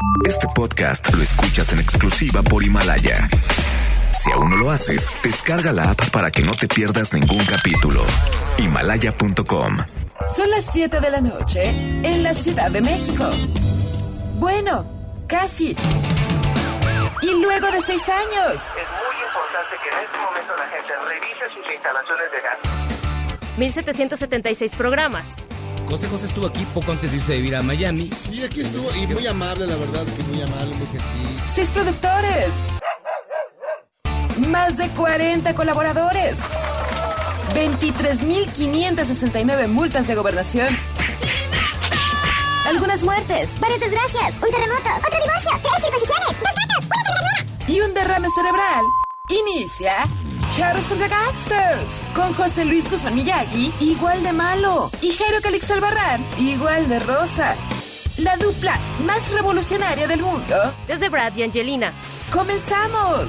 Este podcast lo escuchas en exclusiva por Himalaya. Si aún no lo haces, descarga la app para que no te pierdas ningún capítulo. Himalaya.com. Son las 7 de la noche en la Ciudad de México. Bueno, casi. Y luego de 6 años. Es muy importante que en este momento la gente revise sus instalaciones de gas. 1776 programas. José estuvo aquí poco antes de irse a vivir a Miami. Sí, aquí estuvo, y muy amable, la verdad, que muy amable, muy gentil. 6 productores. Más de 40 colaboradores. 23.569 multas de gobernación. Algunas muertes, varias desgracias, un terremoto, otro divorcio, 3 circuncisiones, 2 gatos, una señora. Y un derrame cerebral. Inicia Charros contra Gangsters, con José Luis Guzmán Miyagi, igual de malo, y Jairo Calixto Albarrán, igual de rosa. La dupla más revolucionaria del mundo. Desde Brad y Angelina. ¡Comenzamos!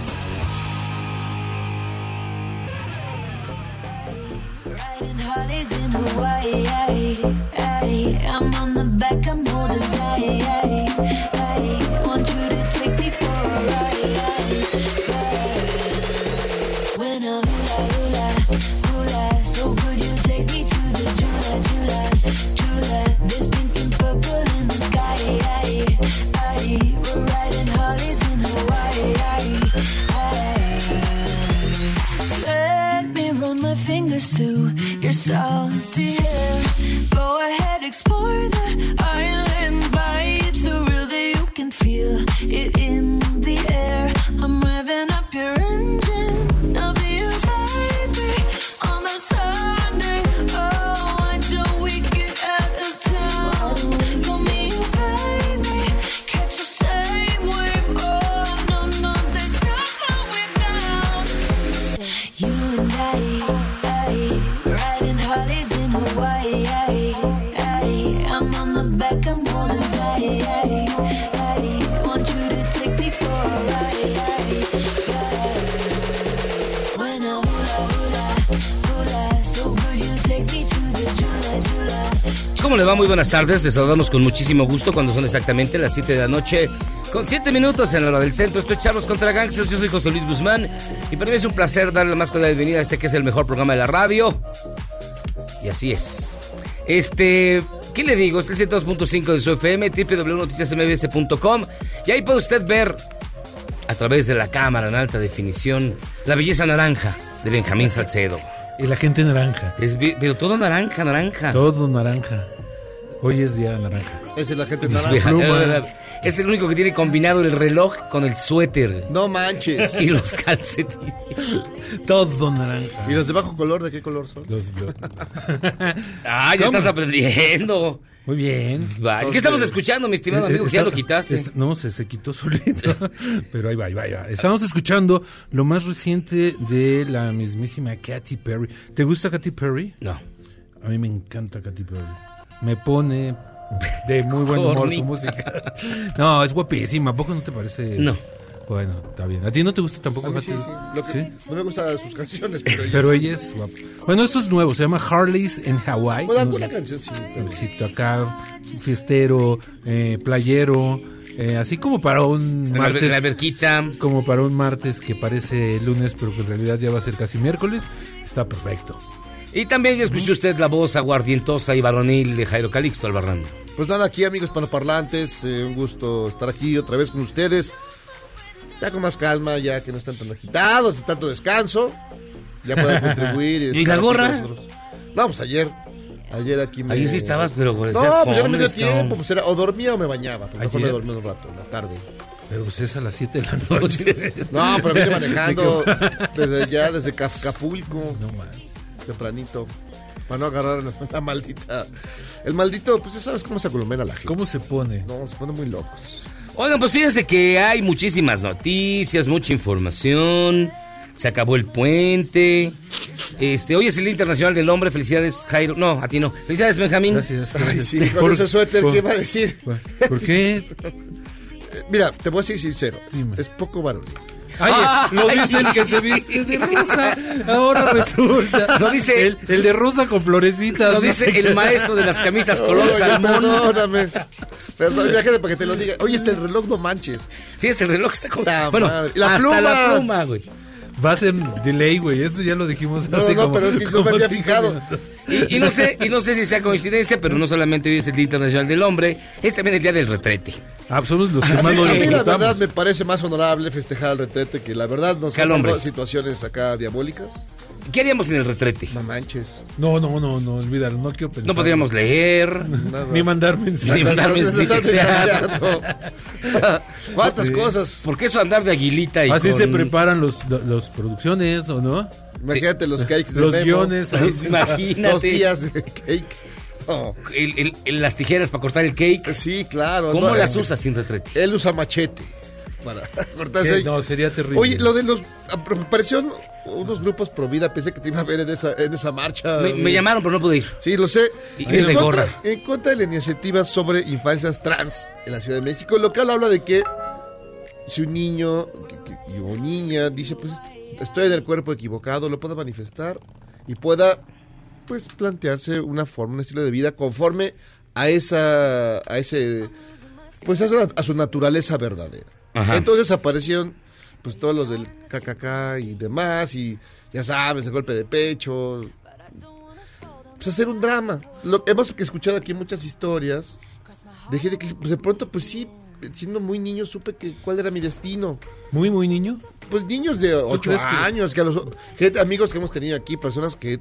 Through your salty hair. Go ahead, explore the island vibe, so real that you can feel it in the air. I'm revving up your engine, I'll be your baby on the Sunday. Oh, why don't we get out of town? Call me your baby, catch the same wave. Oh, no, there's no going down. You and I riding Harleys in Hawaii. I'm on the back, I'm holding tight. I want you to take me for a ride. When I hula, so good you take me to the Jula. ¿Cómo le va? Muy buenas tardes. Les saludamos con muchísimo gusto cuando son exactamente las 7 de la noche con 7 minutos en la hora del centro. Esto es Charlos contra Gangsters. Yo soy José Luis Guzmán y para mí es un placer darle la más cordial bienvenida a este que es el mejor programa de la radio. Y así es. ¿Qué le digo? Es el 102.5 de su FM, www.noticiasmbs.com. Y ahí puede usted ver a través de la cámara en alta definición la belleza naranja de Benjamín Salcedo. Y la gente naranja. Pero todo naranja. Todo naranja. Hoy es día naranja. Esa es la gente naranja. Es el único que tiene combinado el reloj con el suéter. No manches. Y los calcetines. Todo naranja. ¿Y los de bajo color? ¿De qué color son? Ya estás aprendiendo. Muy bien. Vale. ¿Qué estamos escuchando, mi estimado amigo? Ya lo quitaste. No, se quitó solito. Pero ahí va. Estamos escuchando lo más reciente de la mismísima Katy Perry. ¿Te gusta Katy Perry? No. A mí me encanta Katy Perry. Me pone de muy buen humor su música. No, es guapísima. ¿A poco no te parece? No. Bueno, está bien. ¿A ti no te gusta tampoco, Katy? Sí. No me gustan sus canciones, pero ella es guapa. Bueno, esto es nuevo. Se llama Harleys en Hawaii. Bueno, alguna canción sí. Acá, fiestero, playero. Así como para un martes. La alberquita. Como para un martes que parece lunes, pero que en realidad ya va a ser casi miércoles. Está perfecto. Y también ya escuchó usted la voz aguardientosa y varonil de Jairo Calixto Albarrán. Pues nada, aquí amigos panoparlantes, un gusto estar aquí otra vez con ustedes. Ya con más calma, ya que no están tan agitados, de tanto descanso. Ya pueden contribuir. ¿Y la gorra? No, pues ayer aquí Ayer sí estabas, pero pues ya no me dio tiempo, pues era o dormía o me bañaba. Pero mejor me dormí un rato, en la tarde. Pero pues es a las 7 de la noche. No, pero vine manejando desde Acapulco. No manches. Tempranito, para no agarrar la maldita. El maldito, pues ya sabes cómo se aglomera la gente. ¿Cómo se pone? No, se pone muy locos. Oigan, pues fíjense que hay muchísimas noticias, mucha información. Se acabó el puente. Hoy es el Día Internacional del Hombre. Felicidades, Jairo. No, a ti no. Felicidades, Benjamín. Gracias. Ay, sí, con ese suéter, ¿qué iba a decir? ¿Por qué? Mira, te voy a ser sincero. Dime. Es poco varonil. Lo dice el que se viste de rosa. Ahora resulta. Lo dice el de rosa con florecitas. Lo dice el maestro de las camisas color salmón. Perdóname. Perdón, déjame para que te lo diga. Oye, el reloj no manches. Sí, el reloj está como... Bueno, la hasta la pluma, güey. Va a ser delay, güey. Esto ya lo dijimos hace como... pero es que no me había fijado. Y no sé si sea coincidencia, pero no solamente hoy es el Día Internacional del Hombre, es también el Día del Retrete. Absolutamente, los que más lo disfrutamos. A mí la verdad me parece más honorable festejar el retrete, que la verdad nos ha situaciones acá diabólicas. ¿Qué haríamos en el retrete? No manches. No, olvídalo, no quiero pensar. No podríamos leer. Ni mandar mensajes. Ni mandar mensajes. ¿Cuántas cosas? Porque eso andar de aguilita y así se preparan los producciones, ¿o no? Imagínate los cakes de los Memo. Guiones. Imagínate. 2 días de cake. Oh. Las tijeras para cortar el cake. Sí, claro. ¿Cómo las usas sin retrete? Él usa machete para cortarse. No, sería terrible. Oye, lo de los... Aparecieron unos grupos pro vida, pensé que te iba a ver en esa marcha. Me llamaron, pero no pude ir. Sí, lo sé. En contra de la iniciativa sobre infancias trans en la Ciudad de México, lo cual habla de que si un niño o niña dice, pues estoy en el cuerpo equivocado, lo pueda manifestar y pueda, pues, plantearse una forma, un estilo de vida conforme a su naturaleza verdadera. Ajá. Entonces aparecieron pues todos los del KKK y demás, y ya sabes, el golpe de pecho, pues hacer un drama. Hemos escuchado aquí muchas historias de gente que pues de pronto, pues sí, siendo muy niño supe cuál era mi destino. ¿Muy niño? Pues niños de 8 años, amigos que hemos tenido aquí, personas que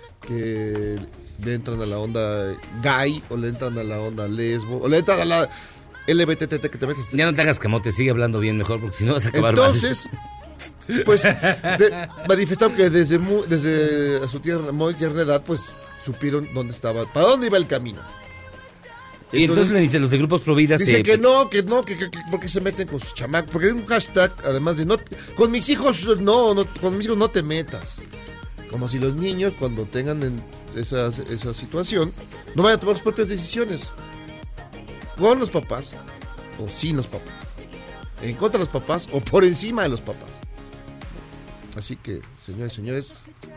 le entran a la onda gay, o le entran a la onda lesbo, o le entran a la LBTT que te metes. Ya no te hagas camote, sigue hablando bien mejor, porque si no vas a acabar Entonces, mal. Pues, manifestaron que desde su muy tierna edad, pues, supieron dónde estaba, para dónde iba el camino. Y entonces le dicen los de grupos pro vida... Dice que porque se meten con sus chamacos, porque hay un hashtag, además de, con mis hijos no te metas. Como si los niños, cuando tengan esa situación, no vayan a tomar sus propias decisiones. Con los papás o sin los papás, en contra de los papás o por encima de los papás. Así que, señores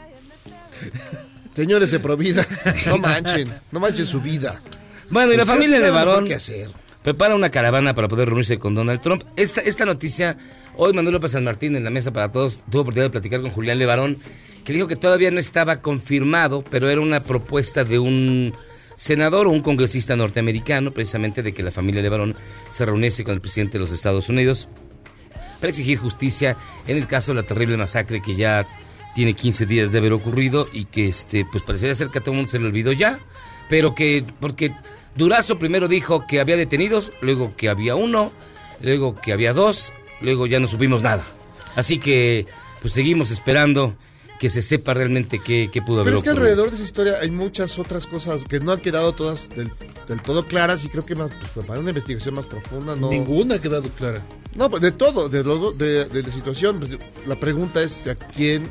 de Provida, no manchen su vida. Bueno, y la familia Levarón ¿qué hacer? Prepara una caravana para poder reunirse con Donald Trump. Esta noticia, hoy Manuel López San Martín en la Mesa para Todos tuvo oportunidad de platicar con Julián Levarón, que dijo que todavía no estaba confirmado, pero era una propuesta de un senador o un congresista norteamericano, precisamente de que la familia Levarón se reuniese con el presidente de los Estados Unidos para exigir justicia en el caso de la terrible masacre que ya tiene 15 días de haber ocurrido y que pues parecería ser que a todo el mundo se le olvidó ya, pero porque Durazo primero dijo que había detenidos, luego que había 1, luego que había 2, luego ya no supimos nada. Así que pues seguimos esperando que se sepa realmente qué pudo haber ocurrido. Pero es que alrededor de esa historia hay muchas otras cosas que no han quedado todas del todo claras, y creo que para una investigación más profunda no... Ninguna ha quedado clara. No, pues de todo, de la situación. Pues, la pregunta es a quién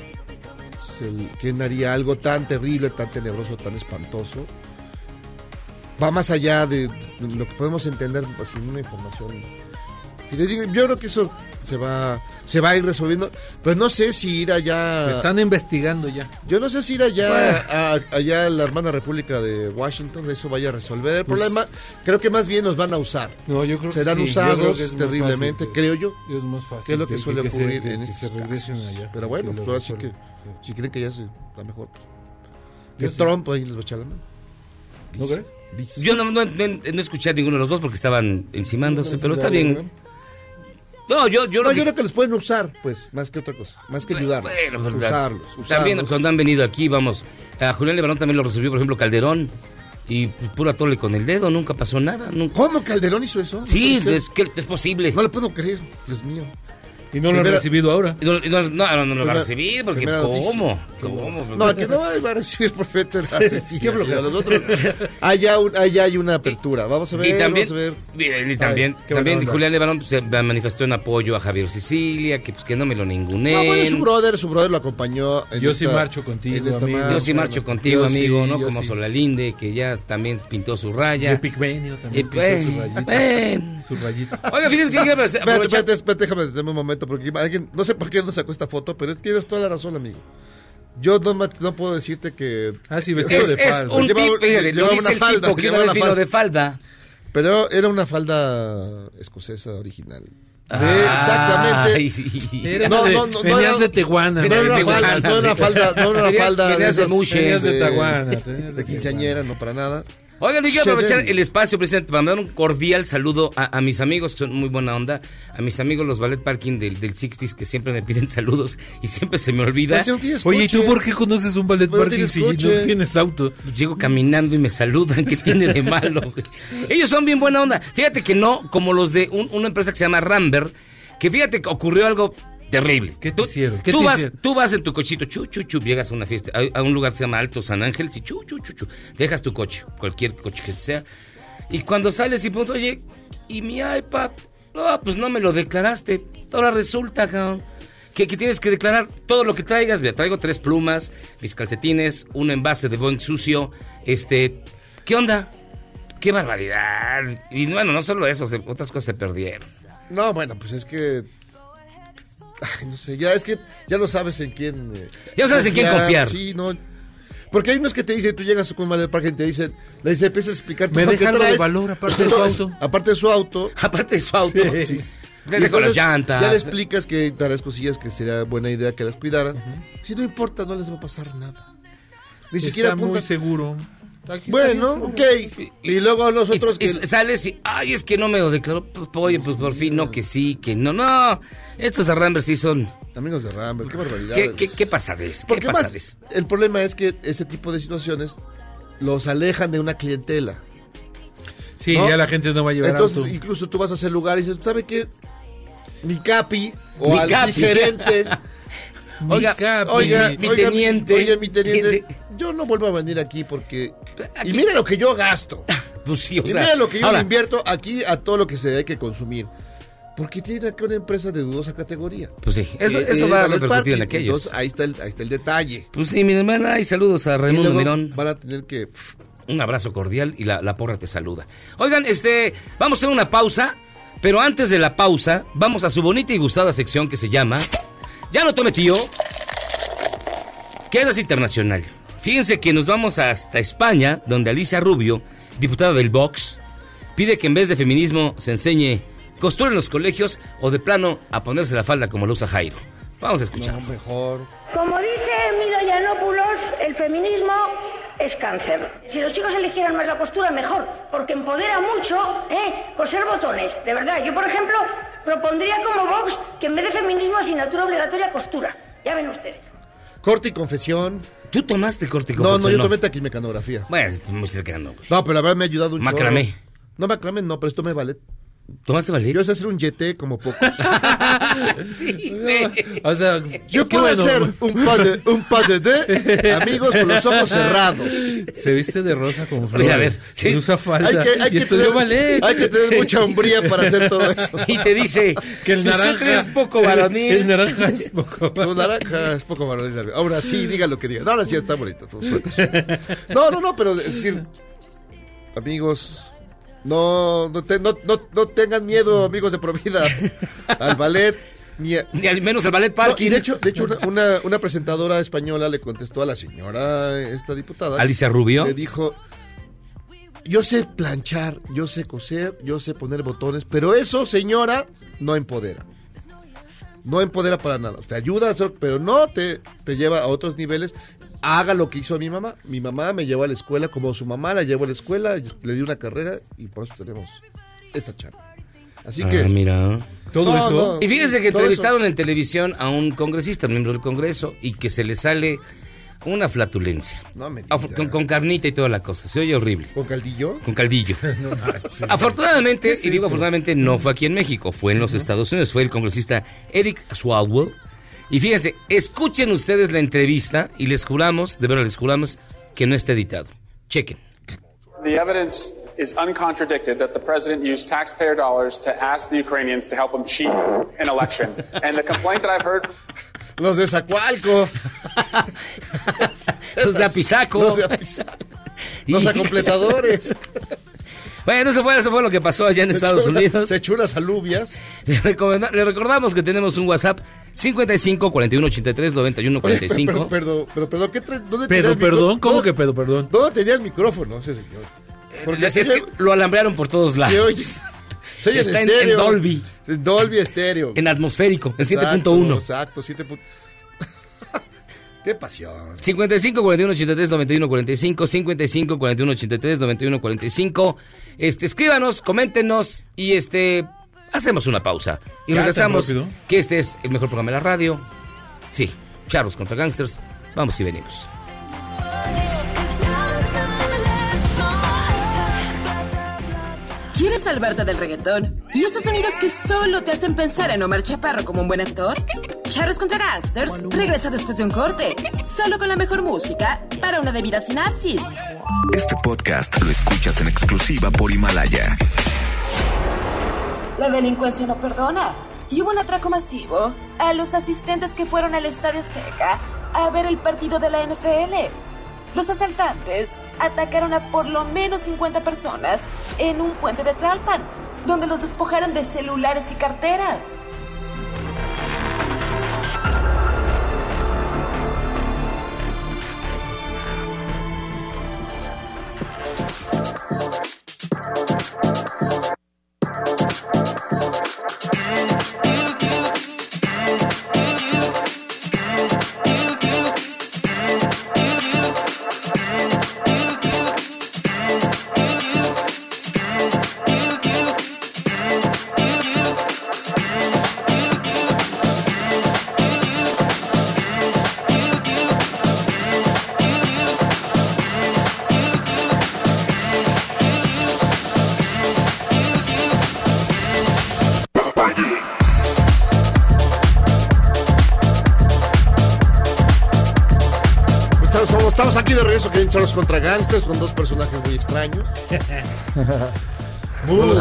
haría algo tan terrible, tan tenebroso, tan espantoso. Va más allá de lo que podemos entender sin una información. Yo creo que eso se va a ir resolviendo, pero no sé si ir allá... Están investigando ya. Yo no sé si ir allá allá a la hermana república de Washington, eso vaya a resolver el problema. Creo que más bien nos van a usar. No, yo creo que serán usados terriblemente, fácil, creo yo. Es más fácil. Que es lo que suele ocurrir en estos casos. Allá. Pero bueno, pues ahora sí que si creen que ya es la mejor, pues, que Trump ahí les va a echar la mano. ¿No crees? Yo no escuché a ninguno de los dos porque estaban encimándose, pero está bien. No, yo creo que los pueden usar, pues, más que otra cosa, más que ayudarlos. Bueno, usarlos. También cuando han venido aquí, vamos, a Julián Levarón también lo recibió, por ejemplo, Calderón, y pues, puro atole con el dedo, nunca pasó nada. Nunca. ¿Cómo Calderón hizo eso? Sí, es posible. No lo puedo creer, Dios mío. Y no lo han recibido ahora. No lo va a recibir, porque ¿cómo? No, que no va a recibir por fecha asesino. Los otros, allá hay una apertura. Vamos a ver. Y también Julián Levarón se manifestó en apoyo a Javier Sicilia, que no me lo ninguneen. No, bueno, su brother lo acompañó. Yo sí marcho contigo, amigo. Yo sí marcho contigo, amigo, ¿no? Como Solalinde, que ya también pintó su raya. Y Picbenio también pintó su rayita. Oiga, fíjense que espérate, déjame un momento. foto, porque alguien, no sé por qué no sacó esta foto, pero tienes toda la razón, amigo. Yo no puedo decirte que... sí, vestido de falda. Es un tipo, llevaba una falda. Tipo que una vez vino de falda. Pero era una falda escocesa original. Exactamente. Sí. Venías de Tehuana. No era una falda venías de Mushe. Venías de Tehuana. De quinceañera, no para nada. Oigan, yo quiero aprovechar el espacio, presidente, para mandar un cordial saludo a mis amigos, que son muy buena onda, a mis amigos los Ballet Parking del 60s, que siempre me piden saludos y siempre se me olvida. Oye, ¿y tú por qué conoces un Ballet Parking si no tienes auto? Llego caminando y me saludan, ¿qué tiene de malo? Ellos son bien buena onda. Fíjate que no, como los de una empresa que se llama Ramber, que fíjate que ocurrió algo terrible. ¿Qué te hicieron? Tú vas en tu cochito, llegas a una fiesta, a un lugar que se llama Alto San Ángel, y dejas tu coche, cualquier coche que sea, y cuando sales y preguntas, oye, ¿y mi iPad? No, pues no me lo declaraste. Ahora resulta, cabrón, que tienes que declarar todo lo que traigas. Mira, traigo 3 plumas, mis calcetines, un envase de Boeing sucio, ¿qué onda? ¡Qué barbaridad! Y bueno, no solo eso, otras cosas se perdieron. No, bueno, pues es que... Ay, no sé, ya lo sabes en quién... ya sabes en quién confiar. Sí, no... Porque hay unos que te dicen, tú llegas con Ballet Parking y te dicen, empiezas a explicar todo lo que traes. De valor, aparte de su auto. Aparte de su auto. Sí. Le dejo las llantas. Ya le explicas que traes cosillas que sería buena idea que las cuidaran. Si no importa, no les va a pasar nada. Ni siquiera está muy seguro. Bueno, ok. Y luego nosotros sales y, es que no me lo declaró. Oye, pues por fin, no, que sí, que no. No, estos de Ramber sí son... Amigos de Ramber, qué barbaridad. ¿Qué pasadez? ¿Qué pasadez? El problema es que ese tipo de situaciones los alejan de una clientela. Sí, ¿no? Ya la gente no va a llevar entonces, auto. Incluso tú vas a ese lugar y dices, ¿sabe qué? Mi capi o mi gerente... Oiga, mi teniente, yo no vuelvo a venir aquí porque... Aquí, y mira lo que yo gasto. Pues sí, y mira lo que yo invierto aquí a todo lo que se hay que consumir. Porque tiene acá una empresa de dudosa categoría. Pues sí, eso va a repercutir en aquellos. Entonces, ahí está el detalle. Pues sí, mi hermana, y saludos a Raimundo Mirón. Van a tener que... Un abrazo cordial y la porra te saluda. Oigan, vamos a hacer una pausa, pero antes de la pausa, vamos a su bonita y gustada sección que se llama... Ya no tome, tío. Quedas internacional. Fíjense que nos vamos hasta España, donde Alicia Rubio, diputada del Vox, pide que en vez de feminismo se enseñe costura en los colegios o de plano a ponerse la falda como lo usa Jairo. Vamos a escuchar. No, mejor. Como dice Mido Yiannopoulos, el feminismo es cáncer. Si los chicos eligieran más la costura, mejor, porque empodera mucho, coser botones. De verdad, yo por ejemplo propondría como Vox que en vez de feminismo asignatura obligatoria costura. Ya ven ustedes. Corte y confesión. ¿Tú tomaste corte y confesión? No, yo tomé taquimecanografía. Bueno, muy cercano. No, pero la verdad me ha ayudado un Macramé. chorro. No, macramé no, pero tomé ballet. ¿Tomaste ballet? Yo sé hacer un yeté como poco. Sí, no, o sea, yo puedo hacer un pas de amigos con los ojos cerrados. Se viste de rosa como Flor. A ver, sí. Usa falda y estudió ballet. Hay que tener mucha hombría para hacer todo eso. Y te dice que el naranja es poco varonil. El naranja es poco varonil. Tu naranja es poco varonil. Ahora sí, diga lo que diga. No, ahora sí está bonito. No, pero es decir, amigos... No tengan miedo, amigos de Provida, al ballet, ni al menos al Ballet Parking. No, y de hecho una presentadora española le contestó a la señora, esta diputada, Alicia Rubio, le dijo: yo sé planchar, yo sé coser, yo sé poner botones, pero eso, señora, no empodera. No empodera para nada. Te ayuda, pero no te lleva a otros niveles. Haga lo que hizo mi mamá. Mi mamá me llevó a la escuela como su mamá la llevó a la escuela, le di una carrera y por eso tenemos esta charla. Así que... mira. Todo eso. No, y fíjense que entrevistaron en televisión a un congresista, miembro del Congreso, y que se le sale una flatulencia. No me con carnita y toda la cosa. Se oye horrible. ¿Con caldillo? Con caldillo. Afortunadamente, y digo afortunadamente, no fue aquí en México, fue en los Estados Unidos. Fue el congresista Eric Swalwell. Y fíjense, escuchen ustedes la entrevista y les juramos, de verdad les juramos, que no está editado. Chequen. The evidence is uncontradicted that the president used taxpayer dollars to ask the Ukrainians to help him cheat an election. And the complaint that I've heard... Los de Zacualco. Los de Apizaco. Los acompletadores. Bueno, eso fue lo que pasó allá en Estados Unidos. Se echó unas alubias. Le recordamos que tenemos un WhatsApp 55 41 83 91 45. Perdón, ¿qué ¿dónde Perdón, ¿cómo que perdón? ¿Dónde tenía el micrófono ese señor? Porque es que lo alambrearon por todos lados. Se oye está en Dolby. En Dolby estéreo. En atmosférico, en 7.1. Exacto, 7. ¡Qué pasión! 55 41 83 91 45, 55 41 83 91 45. Escríbanos, coméntenos y hacemos una pausa. Y regresamos, que este es el mejor programa de la radio. Sí, Charros contra Gangsters. Vamos y venimos. ¿Quieres salvarte del reggaetón? ¿Y esos sonidos que solo te hacen pensar en Omar Chaparro como un buen actor? Charros contra Gangsters regresa después de un corte, solo con la mejor música para una debida sinapsis. Este podcast lo escuchas en exclusiva por Himalaya. La delincuencia no perdona. Y hubo un atraco masivo a los asistentes que fueron al Estadio Azteca a ver el partido de la NFL. Los asaltantes atacaron a por lo menos 50 personas en un puente de Tlalpan, donde los despojaron de celulares y carteras. Estamos aquí de regreso que en Charros contra Gangsters con dos personajes muy extraños. Muy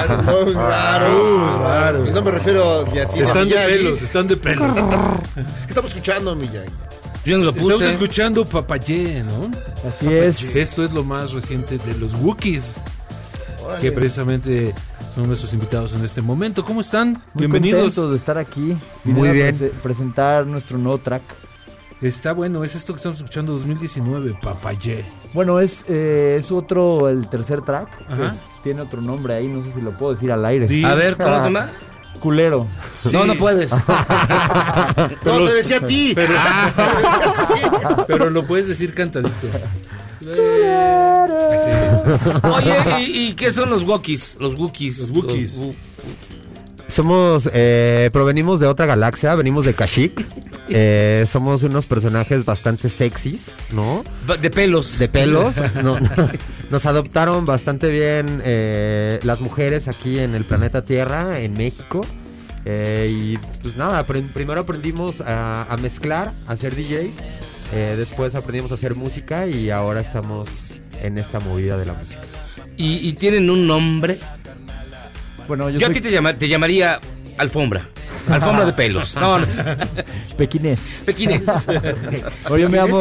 raro. Y no me refiero ni a ti. Están de pelos. ¿Qué estamos escuchando, Miyagi? Yo no lo puse. Estamos escuchando Papayé, ¿no? Así Papayé. es. Esto es lo más reciente de los Wookiees, que precisamente son nuestros invitados en este momento. ¿Cómo están? Muy Bienvenidos. contentos de estar aquí. Muy bien. Presentar nuestro nuevo track. Está bueno, es esto que estamos escuchando 2019, Papayé. Bueno, es el tercer track. Pues, tiene otro nombre ahí, no sé si lo puedo decir al aire. A ver, ¿cómo se llama? Culero. Sí. No puedes. No, te decía a ti. Pero lo puedes decir cantadito. Oye, ¿y qué son los Wookiees? Los Wookiees. Somos, provenimos de otra galaxia, venimos de Kashyyyk. Somos unos personajes bastante sexys, ¿no? De pelos. No, nos adoptaron bastante bien las mujeres aquí en el planeta Tierra, en México. Y pues nada, primero aprendimos a mezclar, a hacer DJs. Después aprendimos a hacer música y ahora estamos en esta movida de la música. ¿Y tienen un nombre? Bueno, yo a ti te llamaría Alfombra de pelos. No sé. Pequinés. Oye,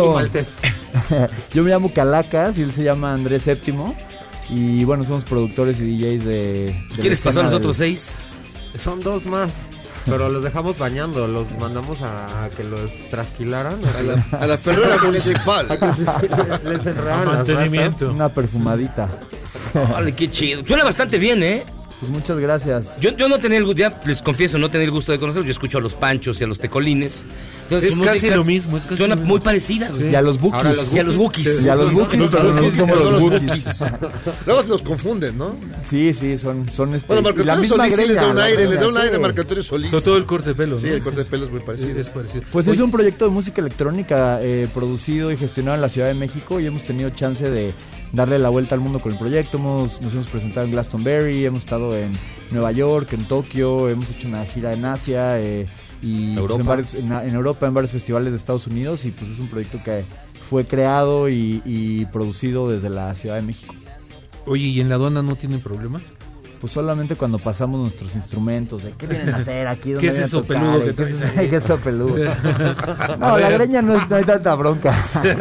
yo me llamo Calacas y él se llama Andrés Séptimo. Y bueno, somos productores y DJs de ¿Quieres pasar a los otros 6? Son 2 más. Pero los dejamos bañando, los mandamos a que los trasquilaran. A la perrera municipal. Les enredaban mantenimiento. Una perfumadita. Vale, qué chido. Suena bastante bien, ¿eh? Pues muchas gracias. Yo no tenía el gusto, ya les confieso, no tenía el gusto de conocerlos. Yo escucho a los Panchos y a los Tecolines. Entonces, es casi lo mismo. Suena muy parecida. Sí. Y a los Bookies. Y a los Wookiees. Y a los Wookiees, pero no somos los Wookiees. Luego se los confunden, ¿no? Sí, son Bueno, Marco Antonio Solís sí les da un aire, Marco Antonio Solís. Sobre todo el corte de pelo, ¿no? Sí, el corte de pelo es muy parecido. Es parecido. Pues es un proyecto de música electrónica producido y gestionado en la Ciudad de México y hemos tenido chance de darle la vuelta al mundo con el proyecto. Nos hemos presentado en Glastonbury, hemos estado en Nueva York, en Tokio, hemos hecho una gira en Asia y Europa. Pues en Europa, en varios festivales de Estados Unidos, y pues es un proyecto que fue creado y producido desde la Ciudad de México. Oye, ¿y en la aduana no tienen problemas? pues solamente cuando pasamos nuestros instrumentos, de qué vienen a hacer aquí, ¿Qué es eso peludo que traes ahí? ¿Qué es eso peludo? No, la greña no hay tanta bronca.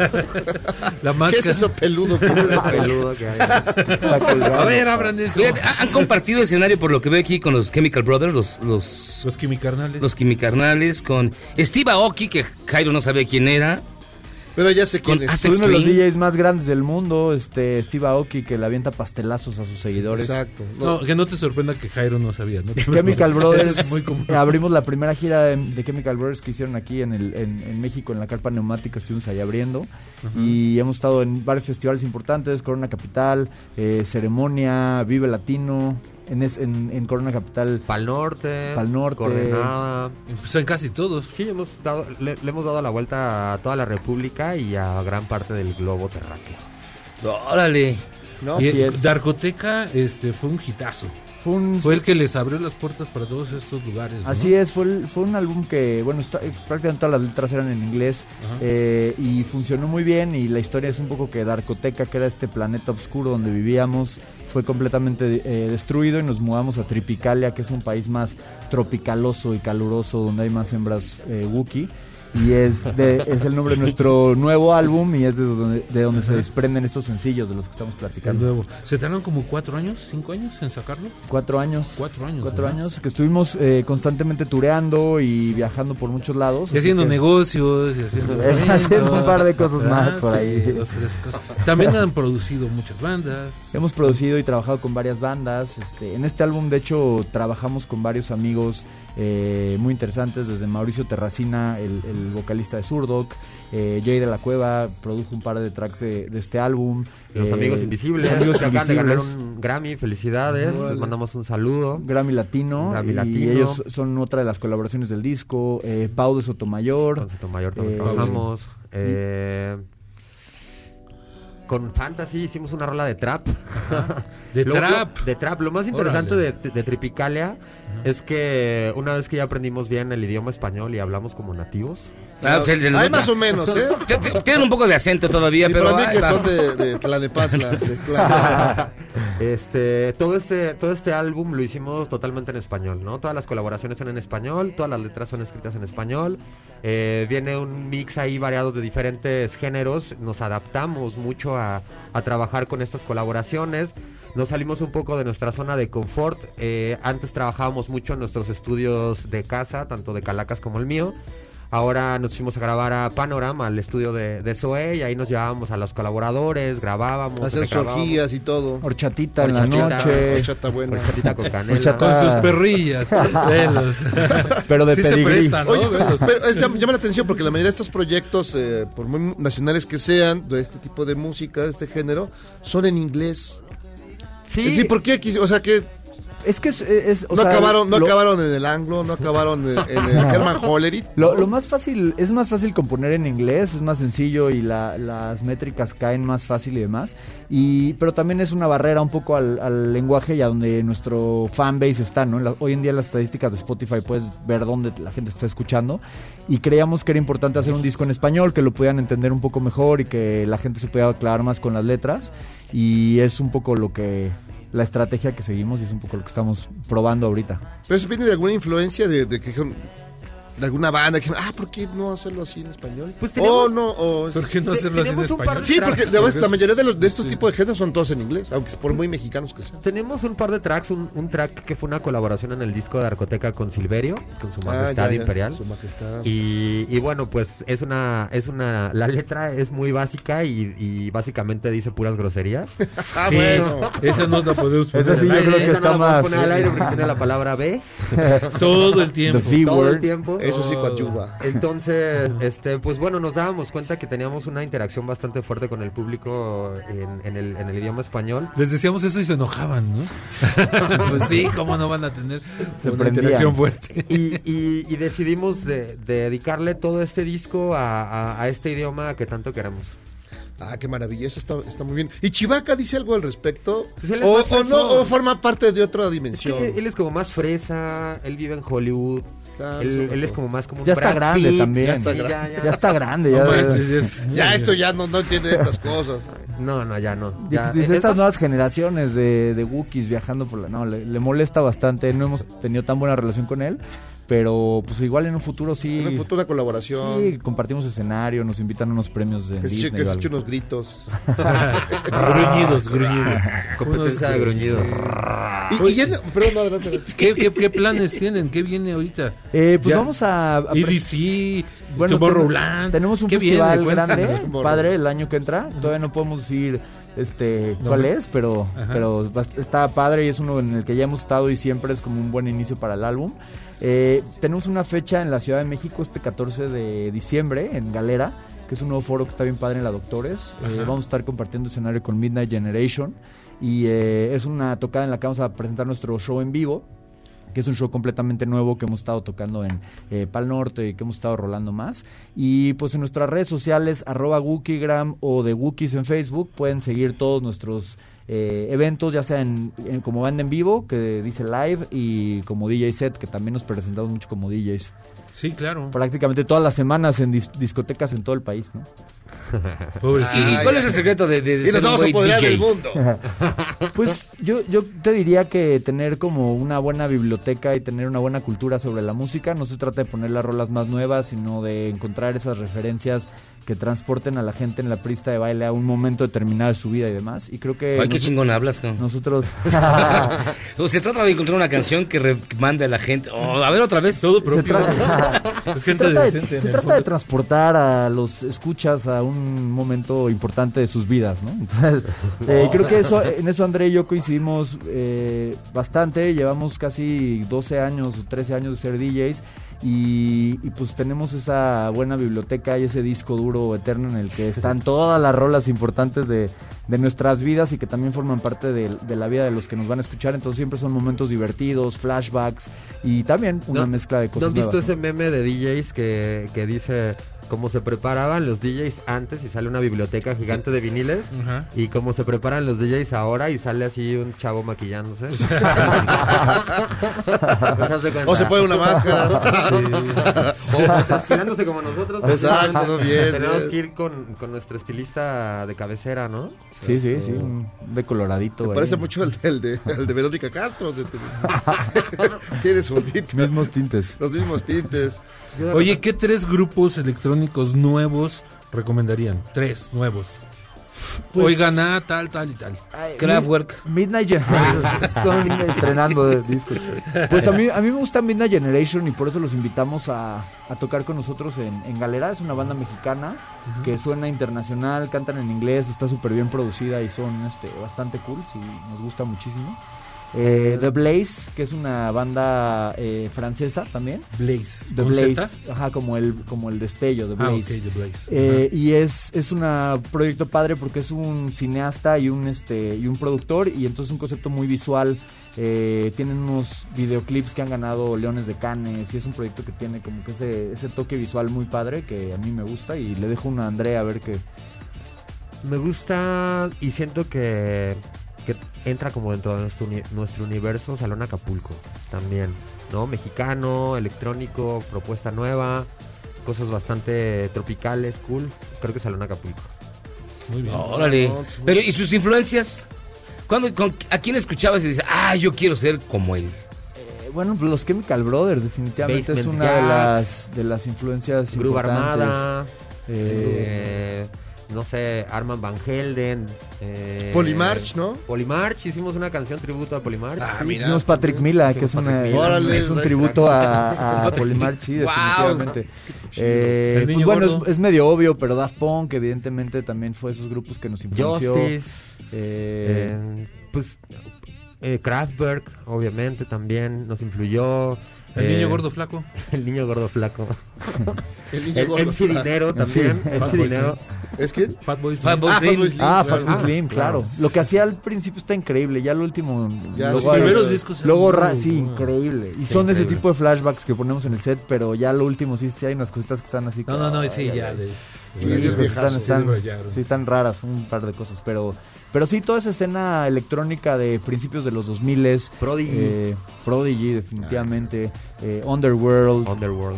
La máscara. ¿Qué es eso peludo? ¿Qué es peludo que hay? A ver, abran eso. Fíjate, han compartido escenario por lo que veo aquí con los Chemical Brothers, los Quimicarnales. Los Quimicarnales, con Steve Aoki, que Jairo no sabía quién era. Pero ya sé quién es. Es uno de los DJs más grandes del mundo, Steve Aoki, que le avienta pastelazos a sus seguidores. Exacto. No, que no te sorprenda que Jairo no sabía. ¿No? Chemical Brothers, es muy común. Abrimos la primera gira de Chemical Brothers que hicieron aquí en México, en la Carpa Neumática, estuvimos ahí abriendo. Y hemos estado en varios festivales importantes, Corona Capital, Ceremonia, Vive Latino... En Corona Capital, Pal Norte, Coordenada, pues en casi todos. Sí, le hemos dado la vuelta a toda la República y a gran parte del globo terráqueo. Órale. No, y Darkoteca fue un hitazo. Fue el que les abrió las puertas para todos estos lugares, ¿no? Así es, fue un álbum que, bueno, prácticamente todas las letras eran en inglés y funcionó muy bien, y la historia es un poco que Darkoteca, que era este planeta oscuro donde vivíamos, fue completamente destruido y nos mudamos a Tripicalia, que es un país más tropicaloso y caluroso, donde hay más hembras Wookiee. Y es el nombre de nuestro nuevo álbum, y es de donde se desprenden estos sencillos de los que estamos platicando. Nuevo. ¿Se tardaron como 4 años, 5 años en sacarlo? 4 años. 4 años. 4 años, que estuvimos constantemente tureando y viajando por muchos lados. Y haciendo negocios, y haciendo un par de cosas más por ahí. 2, 3 cosas. También han producido muchas bandas. Hemos producido y trabajado con varias bandas. En este álbum, de hecho, trabajamos con varios amigos muy interesantes, desde Mauricio Terracina, el vocalista de Zurdok, Jay de la Cueva produjo un par de tracks de este álbum. Los Amigos Invisibles, que acaban de ganar un Grammy, felicidades, les mandamos un saludo. Grammy Latino, y ellos son otra de las colaboraciones del disco. Pau de Sotomayor. Con Sotomayor también trabajamos. Con Fantasy hicimos una rola de trap. De trap. Lo más interesante de Tripicalia es que una vez que ya aprendimos bien el idioma español y hablamos como nativos. Hay más o menos, ¿eh? Tienen un poco de acento todavía, pero para mí que son de Tlanepantla. Todo este álbum lo hicimos totalmente en español, ¿no? Todas las colaboraciones son en español, todas las letras son escritas en español. Viene un mix ahí variado de diferentes géneros. Nos adaptamos mucho a trabajar con estas colaboraciones. Nos salimos un poco de nuestra zona de confort. Antes trabajábamos mucho en nuestros estudios de casa, tanto de Calacas como el mío. Ahora nos fuimos a grabar a Panorama, al estudio de Zoé, y ahí nos llevábamos a los colaboradores, grabábamos. Hacer orgías y todo. Horchatita en la noche. Horchata buena. Horchatita con canela. Con sus perrillas. Pero de pedigrí. ¿No? Oye, pero llama la atención porque la mayoría de estos proyectos, por muy nacionales que sean, de este tipo de música, de este género, son en inglés. Sí. ¿Por qué aquí? O sea, que... Es que acabaron en el Anglo, no acabaron en el Herman Hollery. Lo más fácil, es más fácil componer en inglés, es más sencillo y las métricas caen más fácil y demás. Pero también es una barrera un poco al lenguaje y a donde nuestro fanbase está, ¿no? Hoy en día las estadísticas de Spotify puedes ver dónde la gente está escuchando, y creíamos que era importante hacer un disco en español, que lo pudieran entender un poco mejor y que la gente se pudiera aclarar más con las letras, y es un poco la estrategia que seguimos, y es un poco lo que estamos probando ahorita. ¿Pero eso viene de alguna influencia de alguna banda que ¿por qué no hacerlo así en español? Pues tenemos, ¿por qué no hacerlo así en español? Sí, porque la mayoría de estos tipos de géneros son todos en inglés, aunque por muy mexicanos que sean. Tenemos un par de tracks, un track que fue una colaboración en el disco de Arcoteca con Silverio, con Su Majestad Imperial. Su Majestad. Y bueno, pues la letra es muy básica y básicamente dice puras groserías. Bueno. Esa no la podemos poner. Esa sí, yo creo que está más. Poner al aire porque tiene la palabra B. Todo el tiempo. Todo el tiempo. Eso sí, coadyuva. Entonces, pues bueno, nos dábamos cuenta que teníamos una interacción bastante fuerte con el público en el idioma español. Les decíamos eso y se enojaban, ¿no? Pues sí, ¿cómo no van a tener una interacción fuerte? Y decidimos de dedicarle todo este disco a este idioma que tanto queremos. Qué maravilla, eso está muy bien. ¿Y Chivaca dice algo al respecto? Pues ¿O forma parte de otra dimensión? Es que él es como más fresa, él vive en Hollywood. Claro, él es como más como un Ya está Brad grande Pitt. también. Ya está Sí, grande. ya está grande. No Ya, manches, ya esto ya no entiende estas cosas. No, ya no. Ya, Dice, es estas más- nuevas generaciones de Wookiees viajando por la... No, le molesta bastante. No hemos tenido tan buena relación con él. Pero pues igual en un futuro sí... En una futura colaboración. Sí, compartimos escenario, nos invitan a unos premios de Que Disney. se o eche algo. unos gritos. Gruñidos. Competencia de gruñidos. Y ya no, perdón, no, adelante. ¿Qué planes tienen? ¿Qué viene ahorita? Pues Ya. vamos a EDC, bueno, Tomorrowland. tenemos un ¿Qué festival viene? grande, Cuéntanos. padre, el año que entra. Todavía no podemos decir cuál Nombre. es, pero está padre y es uno en el que ya hemos estado y siempre es como un buen inicio para el álbum. Tenemos una fecha en la Ciudad de México este 14 de diciembre en Galera, que es un nuevo foro que está bien padre en la Doctores. Vamos a estar compartiendo escenario con Midnight Generation y es una tocada en la que vamos a presentar nuestro show en vivo, que es un show completamente nuevo que hemos estado tocando en Pal Norte y que hemos estado rolando más. Y pues en nuestras redes sociales, @Wookiegram o de Wookiees en Facebook, pueden seguir todos nuestros eventos, ya sea en como banda en vivo, que dice live, y como DJ set, que también nos presentamos mucho como DJs. Sí, claro. Prácticamente todas las semanas en discotecas en todo el país, ¿no? ¿Y cuál es el secreto de Y ser nos un vamos a güey apoderar DJ? del mundo. Pues yo te diría que tener como una buena biblioteca y tener una buena cultura sobre la música. No se trata de poner las rolas más nuevas, sino de encontrar esas referencias que transporten a la gente en la pista de baile a un momento determinado de su vida y demás. Y creo que... Ay, qué chingón hablas, cabrón. Nosotros... Se trata de encontrar una canción que mande a la gente. A ver otra vez. Todo propio. Es gente decente. Se trata de transportar a los escuchas a un momento importante de sus vidas, ¿no? Entonces, creo que en eso André y yo coincidimos bastante. Llevamos casi 12 años o 13 años de ser DJs y pues tenemos esa buena biblioteca y ese disco duro eterno en el que están todas las rolas importantes de nuestras vidas y que también forman parte de la vida de los que nos van a escuchar. Entonces siempre son momentos divertidos, flashbacks y también una mezcla de cosas ¿No has visto nuevas, ese meme de DJs que dice cómo se preparaban los DJs antes y sale una biblioteca gigante de viniles? Ajá. Y cómo se preparan los DJs ahora y sale así un chavo maquillándose? Pues haz de cuenta. O se pone una máscara. O trasquilándose como nosotros. Exacto, bien. Tenemos que ir con nuestro estilista de cabecera, ¿no? Sí, un decoloradito. Me ahí. parece mucho el de Verónica Castro. Tiene su ondita. Mismos tintes. Los mismos tintes. Oye, ¿qué 3 grupos electrónicos nuevos recomendarían? 3 nuevos. Pues- Oigan, tal y tal. Kraftwerk. Midnight Generation. Son estrenando discos. Pues a mí me gusta Midnight Generation y por eso los invitamos a tocar con nosotros en Galera. Es una banda mexicana que suena internacional, cantan en inglés, está súper bien producida y son bastante cool, y nos gusta muchísimo. The Blaze, que es una banda francesa también. Blaze. The ¿Con Blaze, Z? ajá, como el destello, The Blaze. Ok, The Blaze. Y es un proyecto padre porque es un cineasta y un productor, y entonces un concepto muy visual. Tienen unos videoclips que han ganado Leones de Cannes y es un proyecto que tiene como que ese toque visual muy padre que a mí me gusta, y le dejo una a Andrea a ver qué. Me gusta y siento que entra como dentro de nuestro universo Salón Acapulco también, ¿no? Mexicano, electrónico, propuesta nueva, cosas bastante tropicales, cool. Creo que Salón Acapulco. Muy bien. Órale. Pero, ¿y sus influencias? ¿A quién escuchabas y dices, yo quiero ser como él? Bueno, pues los Chemical Brothers definitivamente es Basement una Jaxx, de las influencias Groove importantes. Armada, no sé, Armand Van Helden, Polymarch, ¿no? Polymarch, hicimos una canción tributo a Polymarch. Mira. Hicimos Patrick Mila, que es Órale, un tributo a Polymarch, sí, definitivamente. El Pues Niño bueno, Gordo. es medio obvio, pero Daft Punk evidentemente también fue esos grupos que nos influenció. Justice, pues Kraftwerk, obviamente también nos influyó. El niño gordo flaco. El niño gordo flaco. El niño gordo MC flaco. Dinero también. Sí, MC Dinero. ¿Es quién? Fatboy Slim. Fatboy Slim, claro. Lo que hacía al principio está increíble. Ya lo último. Ya luego, los primeros discos. Luego, eran sí, muy increíble. Y Sí, son ese increíble. tipo de flashbacks que ponemos en el set, pero ya lo último sí hay unas cositas que están así. No, sí, ya. Sí, es viejazo. Sí, están raras, un par de cosas, pero sí, toda esa escena electrónica de principios de los 2000 Prodigy definitivamente, Underworld.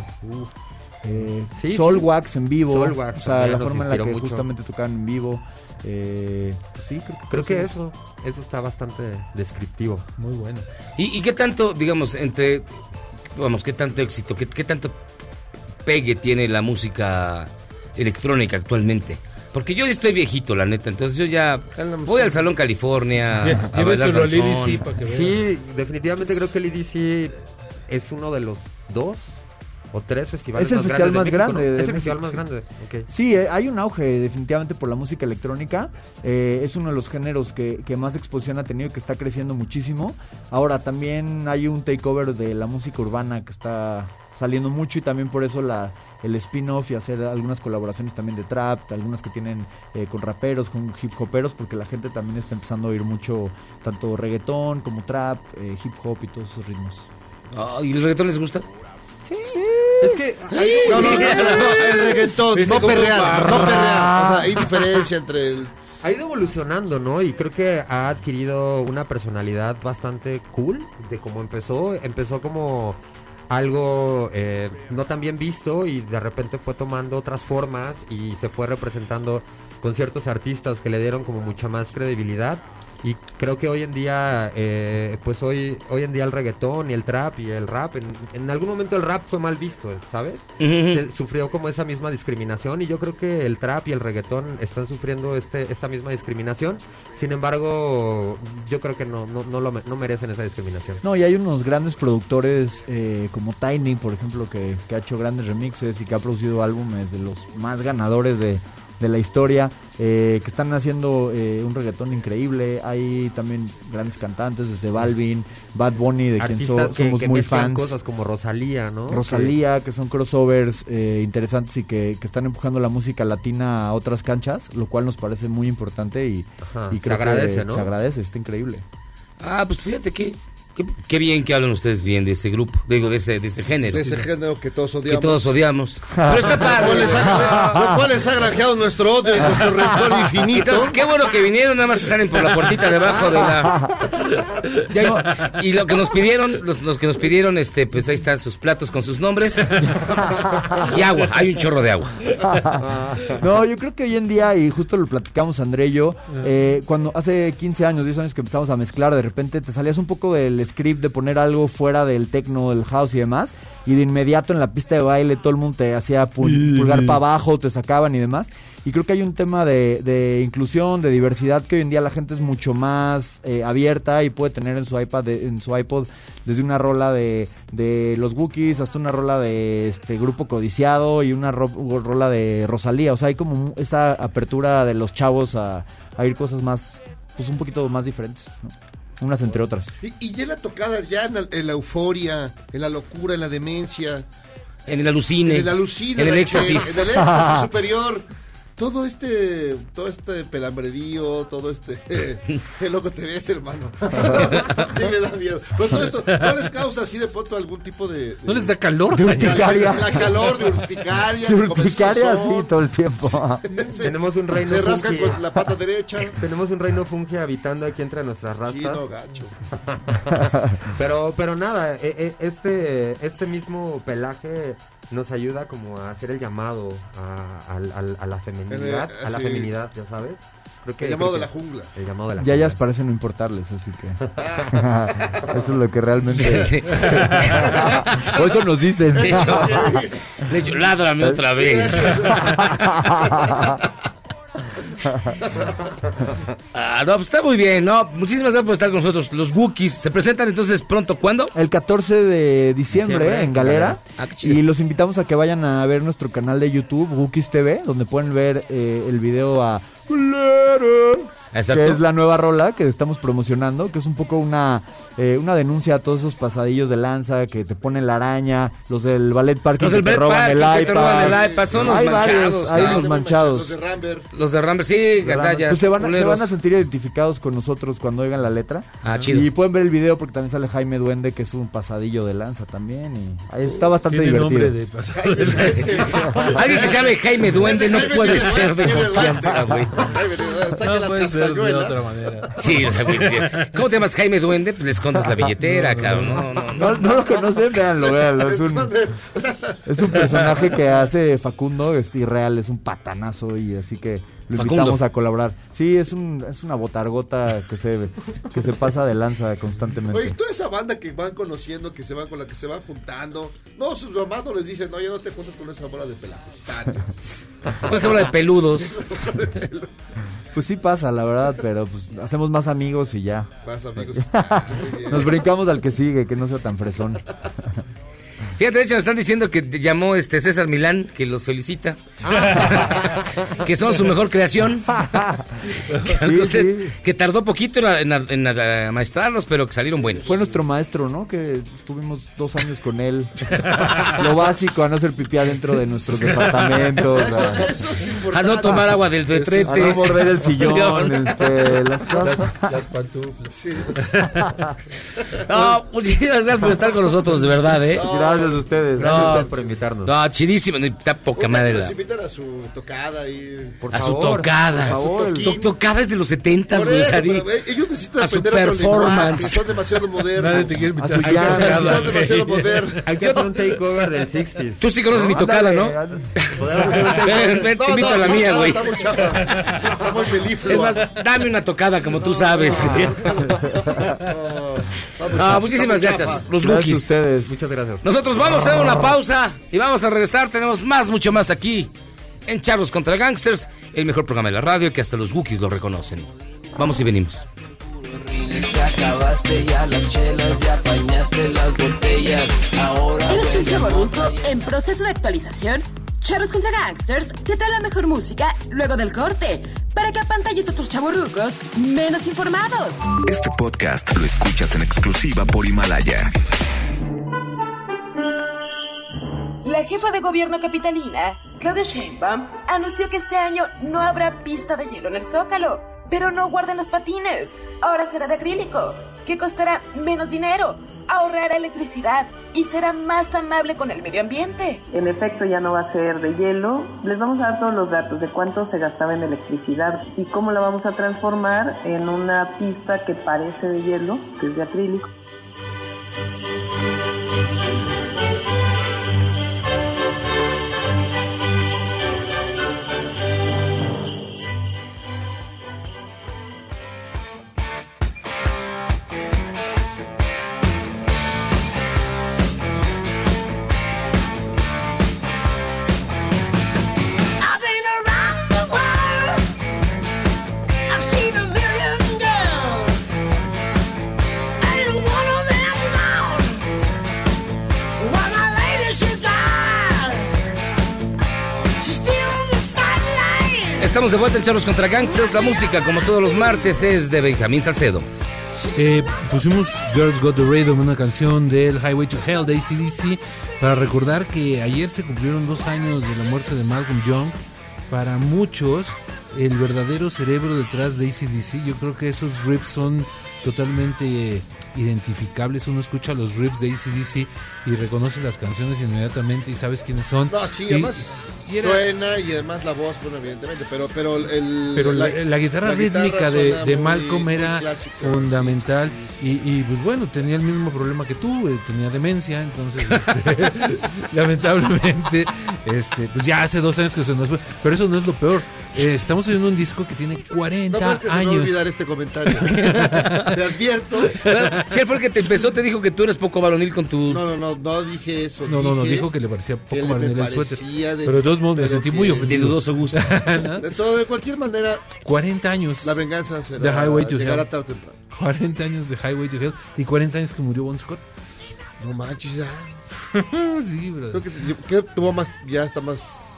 Sí, Soulwax en vivo, Soulwax o sea, también la nos forma en la que inspiró mucho. justamente tocaban en vivo. Pues sí, Creo que eso está bastante descriptivo. Muy bueno. ¿Y qué tanto, digamos, qué tanto éxito, qué tanto pegue tiene la música electrónica actualmente? Porque yo estoy viejito, la neta, entonces yo ya voy al Salón California a bailar danzón. Sí, definitivamente creo que el EDC es uno de los 2 o 3 festivales es el festival más grande de México, ¿no? de Es el México, festival más sí. grande. Okay. Sí, hay un auge definitivamente por la música electrónica. Es uno de los géneros que más exposición ha tenido y que está creciendo muchísimo. Ahora también hay un takeover de la música urbana que está saliendo mucho, y también por eso el spin-off y hacer algunas colaboraciones también de trap, algunas que tienen con raperos, con hip hoperos, porque la gente también está empezando a oír mucho tanto reggaetón como trap, hip hop y todos esos ritmos. ¿Y el reggaetón les gusta? Sí. Es que No, el reggaetón, no perrear. O sea, hay diferencia entre el... Ha ido evolucionando, ¿no? Y creo que ha adquirido una personalidad bastante cool de cómo empezó. Empezó como algo no tan bien visto y de repente fue tomando otras formas y se fue representando con ciertos artistas que le dieron como mucha más credibilidad. Y creo que hoy en día, hoy en día el reggaetón y el trap y el rap, en algún momento el rap fue mal visto, ¿sabes? Sufrió como esa misma discriminación, y yo creo que el trap y el reggaetón están sufriendo esta misma discriminación. Sin embargo, yo creo que no merecen esa discriminación. No, y hay unos grandes productores como Tiny, por ejemplo, que ha hecho grandes remixes y que ha producido álbumes de los más ganadores de la historia, que están haciendo un reggaetón increíble. Hay también grandes cantantes, desde Balvin, Bad Bunny, de quien somos que muy mezclan fans. cosas como Rosalía, ¿no? Rosalía, que son crossovers interesantes y que están empujando la música latina a otras canchas, lo cual nos parece muy importante y creo se agradece, que ¿no? se agradece, está increíble. Pues fíjate qué bien que hablan ustedes bien de ese grupo, digo, de ese género. De ese género que todos odiamos. Que todos odiamos. Pero está padre. ¿Cuál les ha granjeado nuestro odio y nuestro rencor infinito? Entonces, qué bueno que vinieron, nada más se salen por la puertita debajo de la... Y lo que nos pidieron, los que nos pidieron, pues ahí están sus platos con sus nombres. Y agua, hay un chorro de agua. No, yo creo que hoy en día, y justo lo platicamos André y yo, cuando hace 15 años, 10 años que empezamos a mezclar, de repente te salías un poco del script de poner algo fuera del techno, del house y demás, y de inmediato en la pista de baile todo el mundo te hacía pulgar para abajo, te sacaban y demás. Y creo que hay un tema de inclusión, de diversidad, que hoy en día la gente es mucho más abierta y puede tener en su iPod desde una rola de los Wookiees hasta una rola de Grupo Codiciado y una rola de Rosalía. O sea, hay como esa apertura de los chavos a ir cosas más, pues un poquito más diferentes, ¿no? Unas entre otras. Y ya la tocada, ya en la euforia, en la locura, en la demencia. En el alucine. En el éxtasis. En el éxtasis superior. Todo este pelambredío, todo qué loco te ves, hermano. Sí me da miedo. Pero todo esto, ¿no les causa así de pronto algún tipo de ¿no les da calor? De urticaria. La calor, de urticaria. De urticaria, sí, todo el tiempo. Tenemos un reino se rascan fungi. con la pata derecha. Tenemos un reino fungi habitando aquí entre nuestras razas. Sí, no, gacho. pero nada, este mismo pelaje nos ayuda como a hacer el llamado a la feminidad, la feminidad, ya sabes. El llamado de la jungla. El llamado de la Ya jungla. ellas parecen no importarles, así que eso es lo que realmente o eso nos dicen. De hecho, ládrame otra vez. No, pues está muy bien, ¿no? Muchísimas gracias por estar con nosotros. Los Wookiees se presentan entonces pronto, ¿cuándo? El 14 de diciembre en Galera. Qué chido. Y los invitamos a que vayan a ver nuestro canal de YouTube, Wookiees TV, donde pueden ver el video a Galera. Exacto. que es la nueva rola que estamos promocionando, que es un poco una denuncia a todos esos pasadillos de lanza que te ponen la araña, los del ballet parking Los que del te ballet roban el parking que te roban iPad. el iPad, son los Hay manchados, varios, hay cabrón. unos manchados. Los de Rambert. Sí, gandallas, Pues se van culeros. a sentir identificados con nosotros cuando oigan la letra. Chido. Y pueden ver el video porque también sale Jaime Duende, que es un pasadillo de lanza también. Y ahí está bastante Tiene divertido. nombre de pasadillo de lanza. Alguien que se llame Jaime Duende no puede ser de confianza, güey. No puede ser de otra manera. Sí, o sea, güey, ¿cómo te llamas Jaime Duende? Pues le escondes la billetera, cabrón. No lo conocen, véanlo. Es un personaje que hace Facundo, es irreal, es un patanazo y así que lo invitamos a colaborar. Sí, es una botargota que se pasa de lanza constantemente. Oye, toda esa banda que van conociendo, con la que se van juntando, no, sus mamás no les dicen, no, ya no te juntas con esa bola de pelajustanes. Con esa bola de peludos. Pues sí pasa, la verdad, pero pues hacemos más amigos y ya. Más amigos. Nos brincamos al que sigue, que no sea tan fresón. Fíjate, de hecho, me están diciendo que te llamó César Milán, que los felicita. Que son su mejor creación. Que tardó poquito en amaestrarlos, pero que salieron buenos. Fue nuestro maestro, ¿no? Que estuvimos 2 años con él. Lo básico, a no hacer pipí adentro de nuestros departamentos. Eso es importante. A no tomar agua del retrete. A no morder el sillón, las cosas. Las pantuflas. Sí. No, muchísimas gracias por estar con nosotros, de verdad, ¿eh? Gracias a ustedes. Gracias a ustedes por invitarnos. No, chidísimo. Está poca madre. Nos invitan a su tocada ahí. Su tocada. Tocada es de los 70s, güey. Ellos necesitan a su aprender performance. Son demasiado modernos. Nadie te quiere invitar a su jazz. Son demasiado modernos. Hay que hacer un takeover del 60s. Tú sí conoces mi tocada, ¿no? Ven, te invito a la mía, güey. Está muy chafa. Está muy melíflua. Es más, dame una tocada como tú sabes. Muchísimas gracias, los Wookiees. Ustedes. Muchas gracias. Nosotros vamos a hacer una pausa y vamos a regresar. Tenemos mucho más aquí en Charlos contra Gangsters, el mejor programa de la radio que hasta los Wookiees lo reconocen. Vamos y venimos. Te acabaste ya las chelas, ya apañaste las botellas. Ahora ¿eres un chavorruco en proceso de actualización? Charros contra Gangsters te trae la mejor música luego del corte, para que apantalles a otros chavorrucos menos informados. Este podcast lo escuchas en exclusiva por Himalaya. La jefa de gobierno capitalina, Claudia Sheinbaum, anunció que este año no habrá pista de hielo en el Zócalo, pero no guarden los patines. Ahora será de acrílico, que costará menos dinero, ahorrará electricidad y será más amable con el medio ambiente. En efecto, ya no va a ser de hielo. Les vamos a dar todos los datos de cuánto se gastaba en electricidad y cómo la vamos a transformar en una pista que parece de hielo, que es de acrílico. Estamos de vuelta en Charlos contra Gangsters. La música, como todos los martes, es de Benjamín Salcedo. Pusimos Girls Got the Rhythm, una canción del Highway to Hell de AC/DC, para recordar que ayer se cumplieron 2 años de la muerte de Malcolm Young. Para muchos, el verdadero cerebro detrás de AC/DC. Yo creo que esos riffs son totalmente identificables. Uno escucha los riffs de AC/DC y reconoce las canciones inmediatamente y sabes quiénes son. No, sí, además suena y además la voz, bueno, evidentemente, pero la guitarra rítmica de Malcolm era fundamental y pues bueno, tenía el mismo problema que tú, tenía demencia, entonces lamentablemente pues ya hace 2 años que se nos fue, pero eso no es lo peor. Estamos oyendo un disco que tiene 40 no, es que años. Se me va a olvidar este comentario. Te advierto. Si él fue el que te empezó, te dijo que tú eres poco varonil con tu... No dije eso. No, dijo que le parecía poco varonil el suéter. Pero de todos modos me sentí muy ofendido. De dudoso gusto. ¿No? De cualquier manera... 40 años. La venganza será The Highway to llegará Hell. tarde o temprano. 40 años de Highway to Hell y 40 años que murió Bon Scott. No manches, ya. Sí, bro. Creo que tuvo más, ya está más...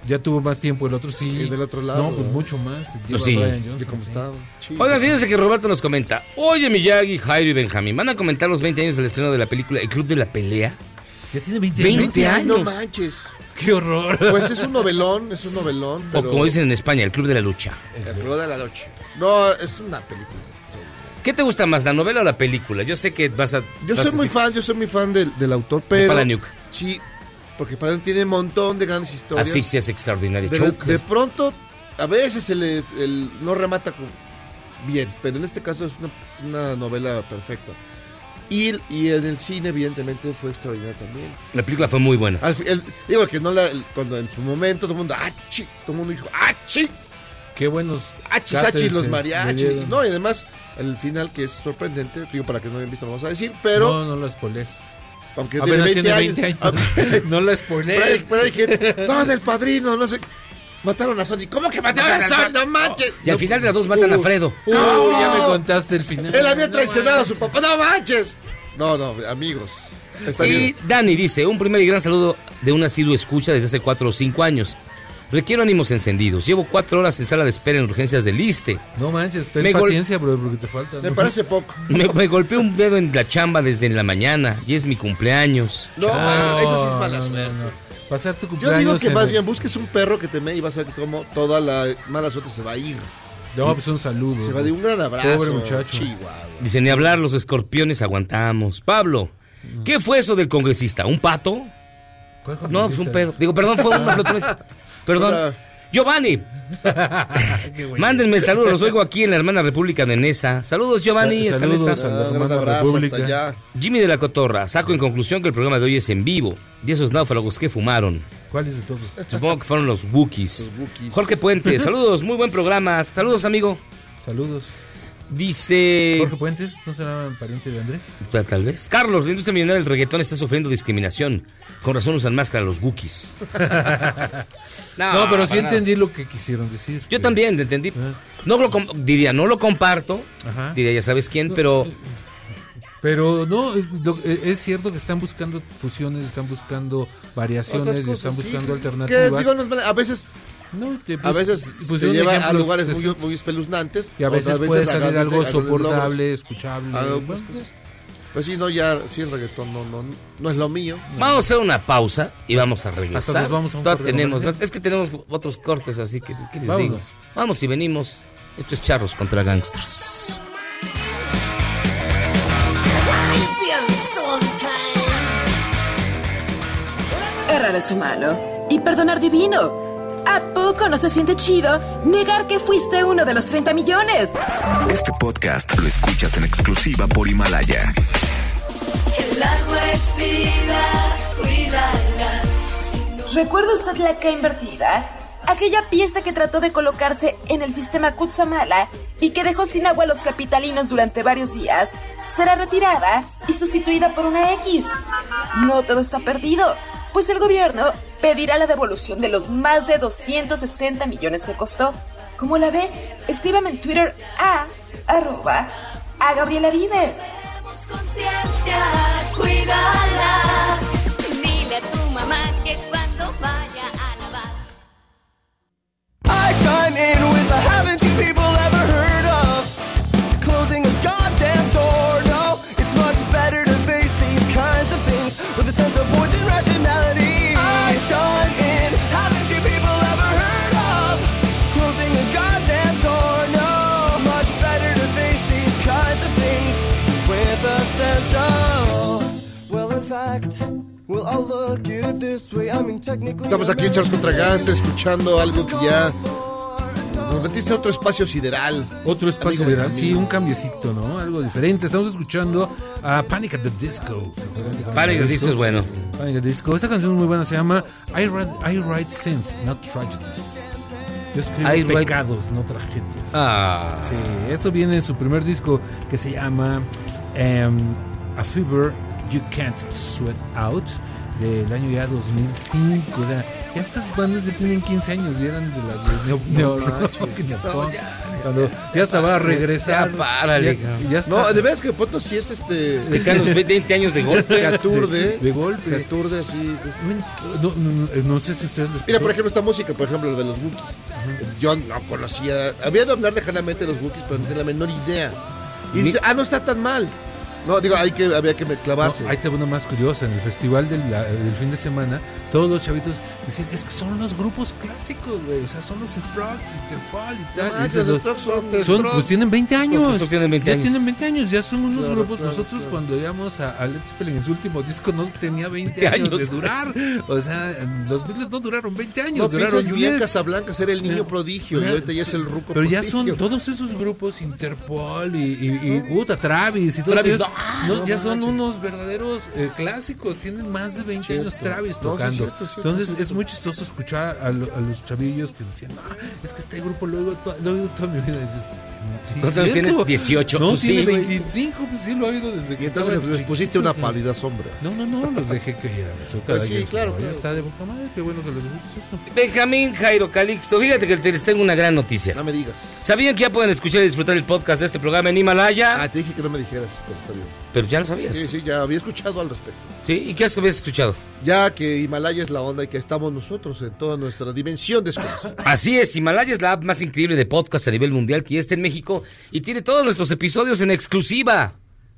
Ya tuvo más tiempo el otro, sí. Y del otro lado. No, pues mucho más. Pues sí. Brian Johnson, ¿De cómo estaba? Oigan, fíjense que Roberto nos comenta: oye, Miyagi, Jairo y Benjamín, ¿van a comentar los 20 años del estreno de la película El Club de la Pelea? Ya tiene 20 años. No manches. ¡Qué horror! Pues es un novelón, pero... O como dicen en España, El Club de la Lucha. El Club de la Lucha. No, es una película. ¿Qué te gusta más, la novela o la película? Yo sé que vas a... Yo soy muy fan del autor, pero... Palahniuk. Sí, porque Palahniuk tiene un montón de grandes historias. Asfixias extraordinarias. De pronto, a veces no remata bien, pero en este caso es una novela perfecta. Y en el cine, evidentemente, fue extraordinario también. La película fue muy buena. Digo que cuando en su momento todo el mundo, ¡achi! Todo el mundo dijo, ¡achi! Qué buenos ¡achis, los mariachis! No, y además, el final que es sorprendente, digo, para que no hayan visto, lo vamos a decir, pero... No lo spoilees. Aunque apenas tiene 20 años. No lo spoilees. Pero hay gente, no, del Padrino, no sé... Mataron a Sony. ¿Cómo que mataron a Sony? ¡No manches! Y al final de las dos matan a Fredo. Ya me contaste el final. Él había traicionado a su papá. ¡No manches! No, amigos. Está bien. Dani dice: un primer y gran saludo de un asiduo escucha desde hace 4 o 5 años. Requiero ánimos encendidos. Llevo 4 horas en sala de espera en urgencias del ISSSTE. No manches, ten paciencia, bro, porque te falta. Me parece poco. Me golpeé un dedo en la chamba desde la mañana y es mi cumpleaños. No, eso sí es mala suerte. Pasar tu cumpleaños. Yo digo que más bien busques un perro que te y vas a ver cómo toda la mala suerte se va a ir. No, pues un saludo. Se va de un gran abrazo. Pobre muchacho. Chihuahua. Dice: ni hablar, los escorpiones aguantamos. Pablo, ¿qué fue eso del congresista? ¿Un pato? ¿Cuál no, pues un pedo. Digo, perdón, fue unos flotones. Perdón. Hola. Giovanni, mándenme saludos, los oigo aquí en la hermana República de Nesa. Saludos, Giovanni. Saludos a la hermana República. Hasta allá. Jimmy de la Cotorra, saco en conclusión que el programa de hoy es en vivo. Y esos náufragos que fumaron. ¿Cuáles de todos? Supongo que fueron los Wookiees. Jorge Puente, saludos, muy buen programa. Saludos, amigo. Saludos. Dice... Jorge Puentes, ¿no será pariente de Andrés? Tal vez. Carlos, la industria millonaria del reggaetón está sufriendo discriminación. Con razón usan máscara los Wookiees. No, pero sí entendí lo que quisieron decir. Yo también entendí. No lo comparto. Ajá. Diría, ya sabes quién, pero... Pero no, es cierto que están buscando fusiones, están buscando variaciones, cosas, están buscando alternativas. Que, digo, a veces... No, a veces te lleva a lugares muy espeluznantes. Y a veces puede salir algo soportable, escuchable. Pues sí, no, ya, sí, el reggaetón no es lo mío. Vamos a hacer una pausa y vamos a regresar. Nos vamos a un tenemos más. Es que tenemos otros cortes, así que ¿qué les digo? Vamos y venimos. Esto es Charros contra Gangsters. Errar es humano y perdonar divino. ¿A poco no se siente chido negar que fuiste uno de los 30 millones? Este podcast lo escuchas en exclusiva por Himalaya. El agua es vida, cuídala. ¿Recuerda usted la K invertida? Aquella pieza que trató de colocarse en el sistema Kutsamala y que dejó sin agua a los capitalinos durante varios días, será retirada y sustituida por una X. No todo está perdido, pues el gobierno pedirá la devolución de los más de 260 millones que costó. ¿Cómo la ve? Escríbame en Twitter a Gabriela Vives. Conciencia, cuídala. Dile a tu mamá que cuando vaya a lavar. I chime in with a haven't you people ever heard of closing a goddamn door? No, it's much better to face these kinds of things with a sense of voice and rationality. I chime in, haven't you people ever heard of closing a goddamn door? No, much better to face these kinds of things with a sense of, well, in fact, well, I'll look at it this way. I mean, technically. Estamos aquí en Charros contra Gangsters escuchando algo que ya nos metiste a otro espacio sideral. Otro espacio sideral, sí, un cambiecito, ¿no? Algo diferente. Estamos escuchando a Panic at the Disco. Panic at the Disco es bueno. Panic at the Disco. Esta canción es muy buena, se llama I Write Sins, Not Tragedies. Yo escribo pecados, no tragedias. Sí, esto viene en su primer disco que se llama A Fever You Can't Sweat Out. del año ya 2005. O sea, ya estas bandas ya tienen 15 años y eran de las de Neopunk. Cuando ya estaba a regresar. Ya párale. Ya está. No, de veras que Poto sí es De que a los 20 años de golpe. Que aturde. De golpe. Que aturde así. No sé si ustedes... Mira, por ejemplo, esta música, por ejemplo, lo de los Wookiees. Yo no conocía. Había de hablar lejanamente de los Wookiees, pero no tenía la menor idea. Y dice, no está tan mal. No, digo, había que clavarse. No, ahí te va una más curiosa. En el festival del fin de semana, todos los chavitos decían, es que son los grupos clásicos, güey. O sea, son los Strokes, Interpol y tal. No, los Strokes son pues tienen 20 años. Los Strokes tienen 20 años. Tienen 20 años, ya son unos grupos. Nosotros cuando íbamos a Led Zeppelin en su último disco no tenía 20 años de durar. O sea, los Beatles no duraron 20 años, no, duraron 10. Julián Casablancas era el niño prodigio, y ahorita ya es el ruco pero prodigio. Ya son todos esos grupos, Interpol y Travis y todo Travis, eso. Ya son unos verdaderos clásicos, tienen más de 20 años Travis tocando. Entonces es muy chistoso escuchar a los chavillos que decían, es que este grupo lo he oído toda mi vida. ¿Cuántos años tienes? 18. No, pues tiene sí, 25, pues sí, lo he oído desde que y entonces les pusiste una pálida sombra. No, los dejé que oyeran eso. Pues sí, claro. Está de boca madre, qué bueno que les guste eso. Benjamín Jairo Calixto, fíjate que les tengo una gran noticia. No me digas. ¿Sabían que ya pueden escuchar y disfrutar el podcast de este programa en Himalaya? Te dije que no me dijeras, pero está bien. Pero ya lo sabías. Sí, ya había escuchado al respecto. Sí, ¿y qué habías escuchado? Ya que Himalaya es la onda y que estamos nosotros en toda nuestra dimensión desconocida. Así es, Himalaya es la app más increíble de podcast a nivel mundial que ya está en México y tiene todos nuestros episodios en exclusiva.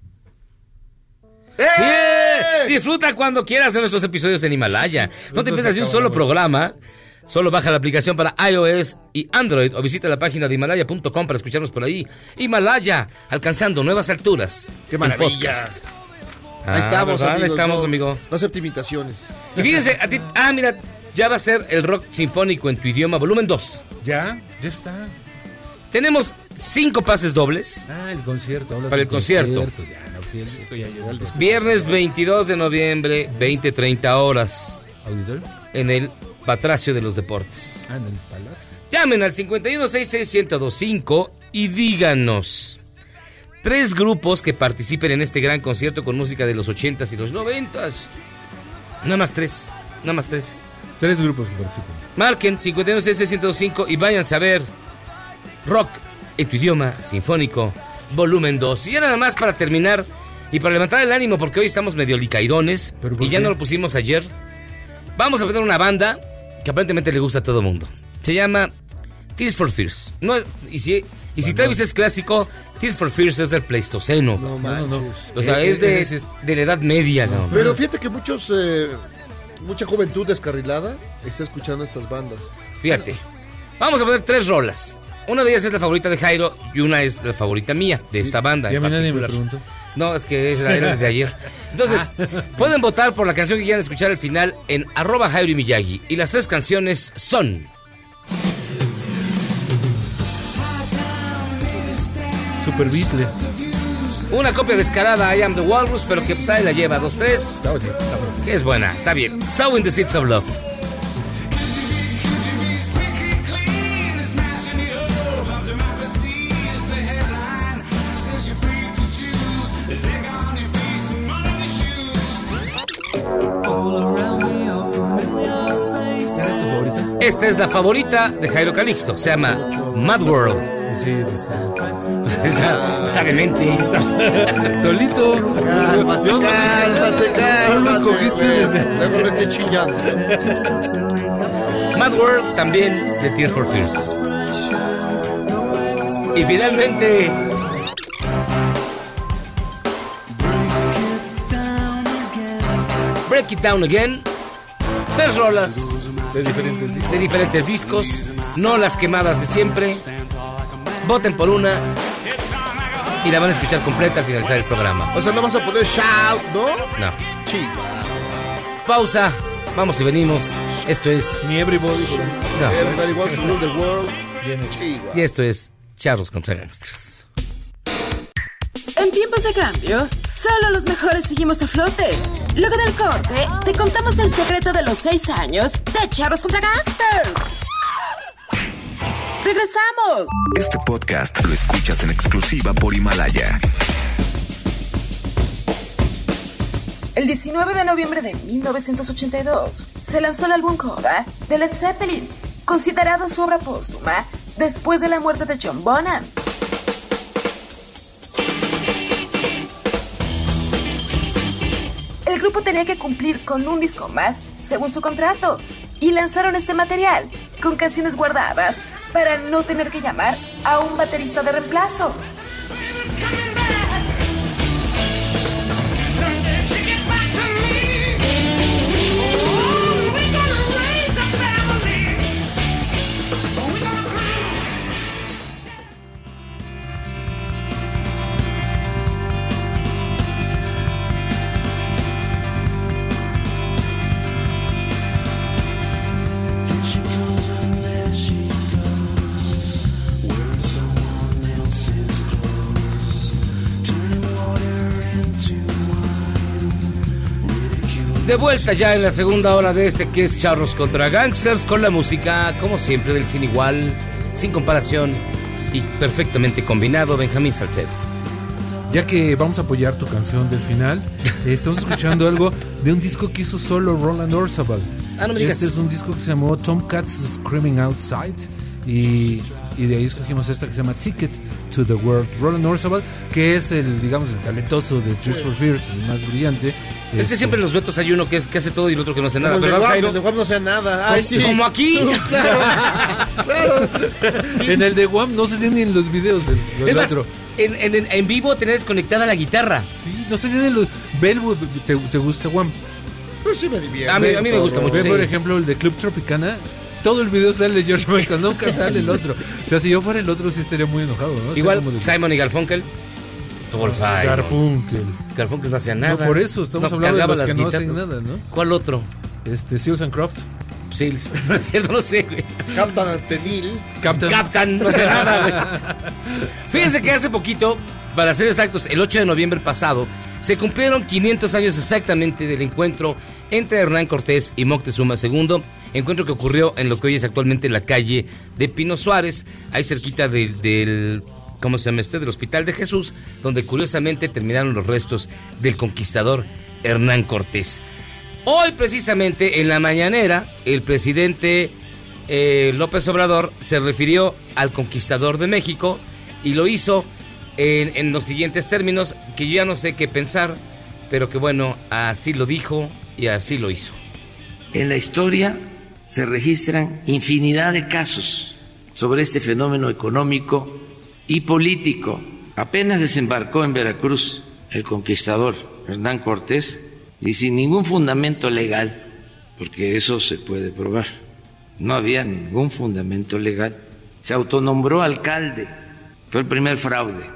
¡Sí! Disfruta cuando quieras de nuestros episodios en Himalaya. No te pierdas de un solo programa. Solo baja la aplicación para iOS y Android o visita la página de Himalaya.com para escucharnos por ahí. Himalaya, alcanzando nuevas alturas. ¡Qué maravilla! Ahí estamos, amigos. Ahí estamos, amigo. No acepte imitaciones. Y fíjense, mira, ya va a ser el rock sinfónico en tu idioma, volumen 2. Ya está. Tenemos 5 pases dobles. El concierto. Para el concierto. Viernes 22 de noviembre, 20:30 horas. ¿Auditorio? En el Patracio de los Deportes. En el Palacio. Llamen al 5166-1025 y díganos 3 grupos que participen en este gran concierto con música de los 80s y los 90s. Nada más 3. 3 grupos que participen. Marquen 5166-1025 y váyanse a ver Rock en tu idioma sinfónico, volumen 2. Y ya nada más para terminar y para levantar el ánimo, porque hoy estamos medio licairones y ya no lo pusimos ayer. Vamos a poner una banda que aparentemente le gusta a todo el mundo. Se llama Tears for Fears. Y si Travis es clásico, Tears for Fears es del Pleistoceno. No manches. O sea, es de la Edad Media. No. Pero fíjate que mucha juventud descarrilada está escuchando estas bandas. Fíjate. Vamos a poner 3 rolas. Una de ellas es la favorita de Jairo y una es la favorita mía de esta banda. Y a mí nadie me preguntó. No, es que era de ayer. Entonces, pueden votar por la canción que quieran escuchar al final en @Jairo y Miyagi. Y las 3 canciones son... Super Beatle. Una copia descarada, I Am the Walrus, pero que pues ahí la lleva 2-3. Que es buena, está bien. Sowing the Seeds of Love. Esta es la favorita de Jairo Calixto. Se llama Mad World. Sí, está demente. Solito. Cálmate. No lo escogiste desde... Luego no esté chillando. Mad World también de Tears for Fears. Y finalmente... Break It Down Again. 3 rolas de diferentes discos, no las quemadas de siempre. Voten por una y la van a escuchar completa al finalizar el programa. O sea, no vas a poder shout, ¿no? No. Chihuahua. Pausa, vamos y venimos. Esto es Ni Everybody. No. Everybody wants to rule the world. Chihuahua. Y esto es Charros contra Gangsters. En tiempos de cambio, solo los mejores seguimos a flote. Luego del corte, te contamos el secreto de los 6 años de Charros contra Gangsters. ¡Regresamos! Este podcast lo escuchas en exclusiva por Himalaya. El 19 de noviembre de 1982 se lanzó el álbum Coda de Led Zeppelin, considerado su obra póstuma después de la muerte de John Bonham. El grupo tenía que cumplir con un disco más según su contrato y lanzaron este material con canciones guardadas para no tener que llamar a un baterista de reemplazo. De vuelta ya en la segunda hora de este que es Charros contra Gangsters, con la música, como siempre, del sin igual, sin comparación y perfectamente combinado, Benjamín Salcedo. Ya que vamos a apoyar tu canción del final, estamos escuchando algo de un disco que hizo solo Roland Orzabal. No me digas. Este es un disco que se llamó Tomcats Screaming Outside y de ahí escogimos esta que se llama Ticket to the World. Roland Orzabal, que es el, digamos, el talentoso de Tears for Fears, el más brillante. Es que siempre en los duetos hay uno que hace todo y el otro que no hace nada. Como ¿Verdad, el Jairo? de Guam no hace nada. Ay, sí. Como aquí. Claro, claro. En el de Guam no se tiene ni en los videos el más, otro. En vivo tenés desconectada la guitarra. Sí, no se tiene en los... Bellwood, ¿te gusta Guam? Pues sí me divierte. A mí me gusta mucho. Ve, Sí. por ejemplo, el de Club Tropicana. Todo el video sale de George Michael, nunca sale el otro. O sea, si yo fuera el otro, sí estaría muy enojado, ¿no? Igual, o sea, como Simon y Garfunkel. Garfunkel no hacía nada. No, por eso, estamos hablando de los que no hacen guitarras. nada, ¿no? ¿Cuál otro? Seals and Croft. Seals, no es cierto, no sé, güey. Captain Antenil. Captain, no hace nada, güey. Fíjense que hace poquito, para ser exactos, el 8 de noviembre pasado, se cumplieron 500 años exactamente del encuentro entre Hernán Cortés y Moctezuma II, encuentro que ocurrió en lo que hoy es actualmente la calle de Pino Suárez, ahí cerquita del ¿cómo se llama del Hospital de Jesús, donde curiosamente terminaron los restos del conquistador Hernán Cortés. Hoy precisamente en la mañanera el presidente López Obrador se refirió al conquistador de México y lo hizo en los siguientes términos, que yo ya no sé qué pensar, pero que bueno, así lo dijo y así lo hizo. En la historia se registran infinidad de casos sobre este fenómeno económico y político. Apenas desembarcó en Veracruz el conquistador Hernán Cortés y sin ningún fundamento legal, porque eso se puede probar, no había ningún fundamento legal, se autonombró alcalde, fue el primer fraude.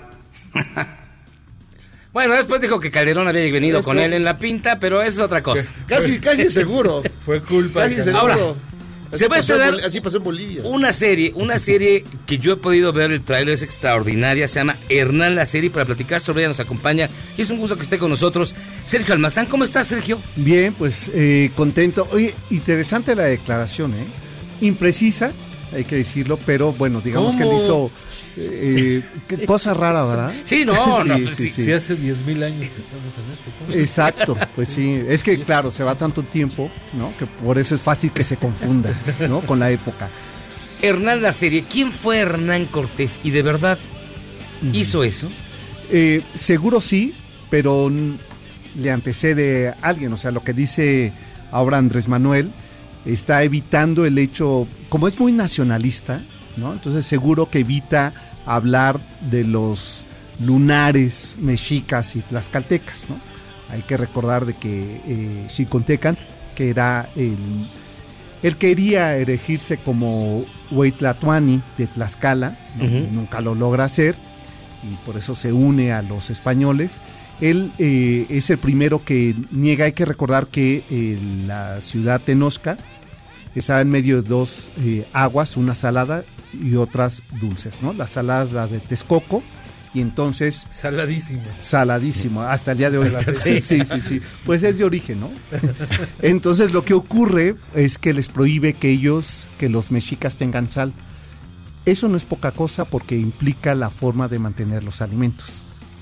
Bueno, después dijo que Calderón había venido con él en la pinta, pero es otra cosa. Casi seguro. Fue culpa. Casi seguro. Ahora, así se va a estrenar así pasó en Bolivia. una serie que yo he podido ver el tráiler, es extraordinaria, se llama Hernán la serie. Para platicar sobre ella nos acompaña y es un gusto que esté con nosotros Sergio Almazán. ¿Cómo estás, Sergio? Bien, pues contento. Oye, interesante la declaración, imprecisa, hay que decirlo, pero bueno, digamos ¿Cómo? que él hizo cosa rara, ¿verdad? Sí, sí, hace 10,000 años que estamos en esto. ¿Cómo? Exacto, pues sí, es que claro, se va tanto tiempo, ¿no? Que por eso es fácil que se confunda, ¿no? Con la época. Hernán la serie, ¿quién fue Hernán Cortés? ¿Y de verdad hizo eso? Seguro sí, pero le antecede alguien, o sea, lo que dice ahora Andrés Manuel está evitando el hecho, como es muy nacionalista, ¿no? Entonces seguro que evita hablar de los lunares mexicas y tlaxcaltecas, ¿no? Hay que recordar de que Xicontecan, que era él quería erigirse como Hueytlatuani de Tlaxcala, ¿no? Nunca lo logra hacer y por eso se une a los españoles. Él es el primero que niega. Hay que recordar que la ciudad Tenochca estaba en medio de dos aguas, una salada y otras dulces, ¿no? La salada, la de Texcoco, y entonces... Saladísimo, hasta el día de hoy. Sí. Pues es de origen, ¿no? Entonces lo que ocurre es que les prohíbe que los mexicas tengan sal. Eso no es poca cosa porque implica la forma de mantener los alimentos.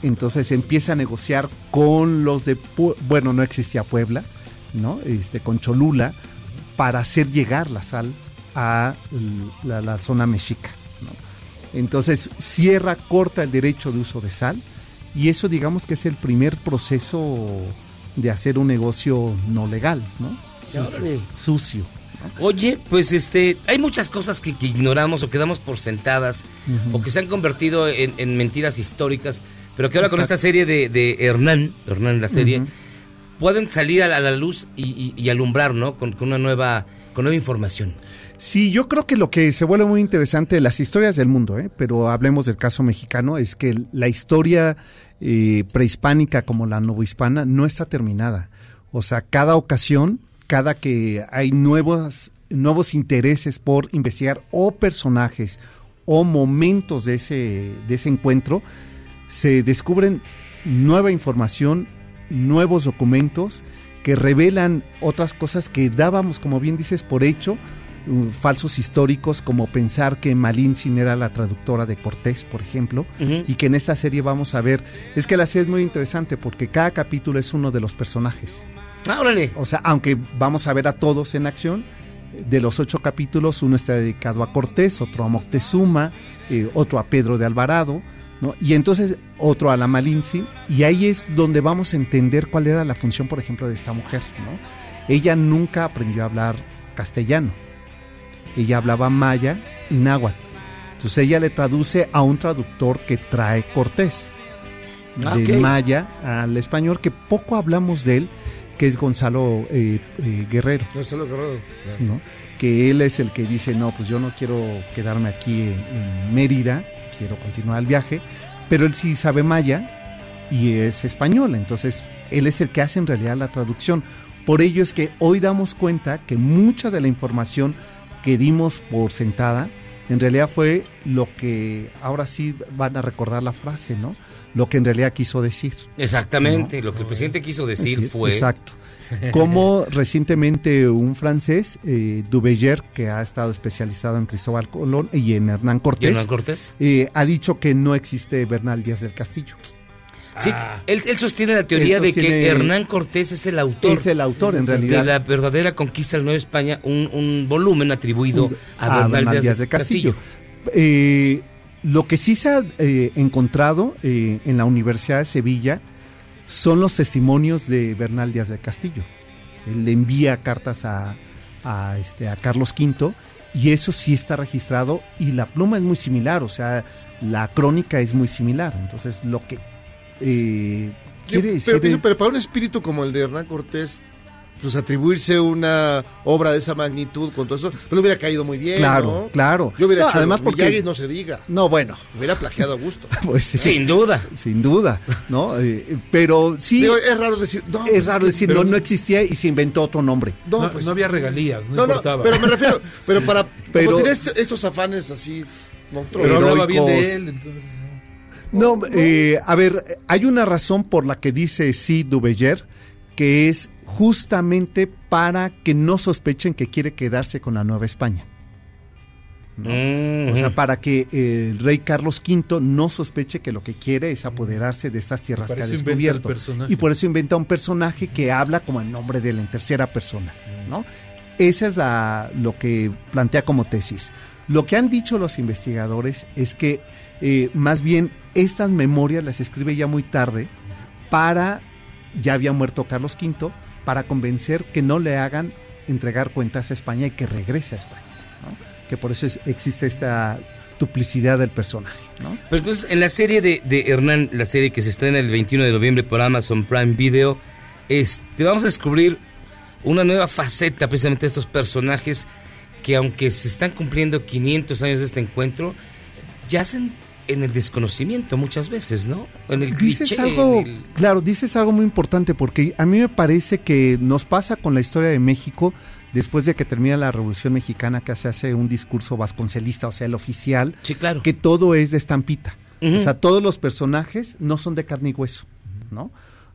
entonces empieza a negociar con los de, bueno, no existía Puebla, ¿no? Con Cholula, para hacer llegar la sal a la zona mexica, ¿no? Entonces corta el derecho de uso de sal, y eso digamos que es el primer proceso de hacer un negocio no legal, ¿no? Sucio. ¿no? Oye, pues hay muchas cosas que ignoramos o que damos por sentadas, o que se han convertido en mentiras históricas, pero que ahora con esta serie de Hernán, la serie, pueden salir a la luz y alumbrar, ¿no? Con una nueva información. Sí, yo creo que lo que se vuelve muy interesante de las historias del mundo, pero hablemos del caso mexicano, es que la historia prehispánica como la novohispana no está terminada. O sea, cada ocasión, cada que hay nuevos intereses por investigar o personajes o momentos de ese encuentro, se descubren nueva información, nuevos documentos que revelan otras cosas que dábamos, como bien dices, por hecho, falsos históricos, como pensar que Malintzin era la traductora de Cortés, por ejemplo, y que en esta serie vamos a ver, es que la serie es muy interesante porque cada capítulo es uno de los personajes. ¡Órale! O sea, aunque vamos a ver a todos en acción, de los 8 capítulos, uno está dedicado a Cortés, otro a Moctezuma, otro a Pedro de Alvarado, ¿no? Y entonces otro a la Malintzin, y ahí es donde vamos a entender cuál era la función, por ejemplo, de esta mujer, ¿no? Ella nunca aprendió a hablar castellano, ella hablaba maya y náhuatl, entonces ella le traduce a un traductor que trae Cortés, de maya al español, que poco hablamos de él, que es Gonzalo Guerrero. Gonzalo Guerrero, claro. ¿No? Que él es el que dice, no, pues yo no quiero quedarme aquí en Mérida, quiero continuar el viaje, pero él sí sabe maya y es español, entonces él es el que hace en realidad la traducción. Por ello es que hoy damos cuenta que mucha de la información que dimos por sentada, en realidad fue lo que, ahora sí van a recordar la frase, ¿no? Lo que en realidad quiso decir. Exactamente, ¿no? Lo que el presidente quiso decir fue... Exacto. Como recientemente un francés, Duverger, que ha estado especializado en Cristóbal Colón y en Hernán Cortés, ha dicho que no existe Bernal Díaz del Castillo. Sí, él sostiene la teoría de que Hernán Cortés es el autor. Es el autor, en realidad. De la verdadera conquista de Nueva España, un volumen atribuido a Bernal Díaz del Castillo. Lo que sí se ha encontrado en la Universidad de Sevilla son los testimonios de Bernal Díaz del Castillo. Él le envía cartas a Carlos V, y eso sí está registrado, y la pluma es muy similar, o sea, la crónica es muy similar. Entonces, lo que quiere decir... Pero para un espíritu como el de Hernán Cortés, pues atribuirse una obra de esa magnitud con todo eso, pues le hubiera caído muy bien, claro, ¿no? Claro. Yo hubiera hecho además porque no se diga. No, bueno. Hubiera plagiado a gusto. Pues sí, sin duda, ¿no? Pero sí. Digo, es raro decir, no. Es raro decir, pero no existía y se inventó otro nombre. No había regalías, no importaba. Pero me refiero, como tiene estos afanes así monstruosos. Pero hablaba bien de él, entonces. No, a ver, hay una razón por la que dice sí Duverger, que es justamente para que no sospechen que quiere quedarse con la Nueva España, ¿no? O sea, para que el rey Carlos V no sospeche que lo que quiere es apoderarse de estas tierras que ha descubierto. Y por eso inventa un personaje que habla como en nombre de él, en tercera persona, ¿no? Esa es lo que plantea como tesis. Lo que han dicho los investigadores es que más bien estas memorias las escribe ya muy tarde, ya había muerto Carlos V, para convencer que no le hagan entregar cuentas a España y que regrese a España, ¿no? Que por eso existe esta duplicidad del personaje, ¿no? Pero entonces, en la serie de Hernán, la serie que se estrena el 21 de noviembre por Amazon Prime Video, vamos a descubrir una nueva faceta precisamente de estos personajes que, aunque se están cumpliendo 500 años de este encuentro, yacen en el desconocimiento muchas veces, ¿no? En el dices cliché. Claro, dices algo muy importante, porque a mí me parece que nos pasa con la historia de México después de que termina la Revolución Mexicana, que se hace un discurso vasconcelista, o sea, el oficial, sí, claro, que todo es de estampita. O sea, todos los personajes no son de carne y hueso, ¿no?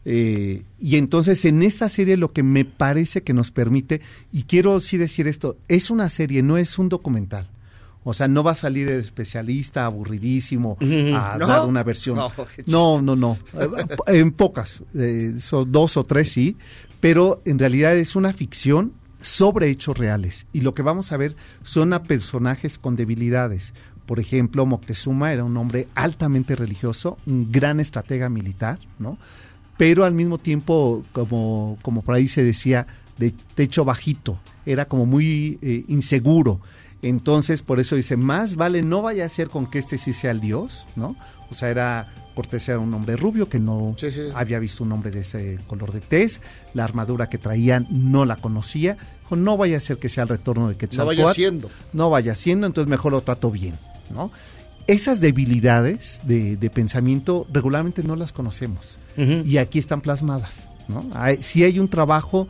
Y entonces en esta serie lo que me parece que nos permite, y quiero sí decir esto, es una serie, no es un documental. O sea, no va a salir el especialista aburridísimo a ¿No? dar una versión. No, qué chiste. No. En pocas, son 2 o 3 sí, pero en realidad es una ficción sobre hechos reales. Y lo que vamos a ver son a personajes con debilidades. Por ejemplo, Moctezuma era un hombre altamente religioso, un gran estratega militar, ¿no? Pero al mismo tiempo, como por ahí se decía, de techo bajito, era como muy inseguro. Entonces, por eso dice, más vale no vaya a ser con que este sí sea el dios, ¿no? O sea, Cortés era un hombre rubio que no había visto un hombre de ese color de tez, la armadura que traían no la conocía, dijo, no vaya a ser que sea el retorno de Quetzalcóatl. No vaya siendo, entonces mejor lo trato bien, ¿no? Esas debilidades de pensamiento regularmente no las conocemos, y aquí están plasmadas, ¿no? Sí hay un trabajo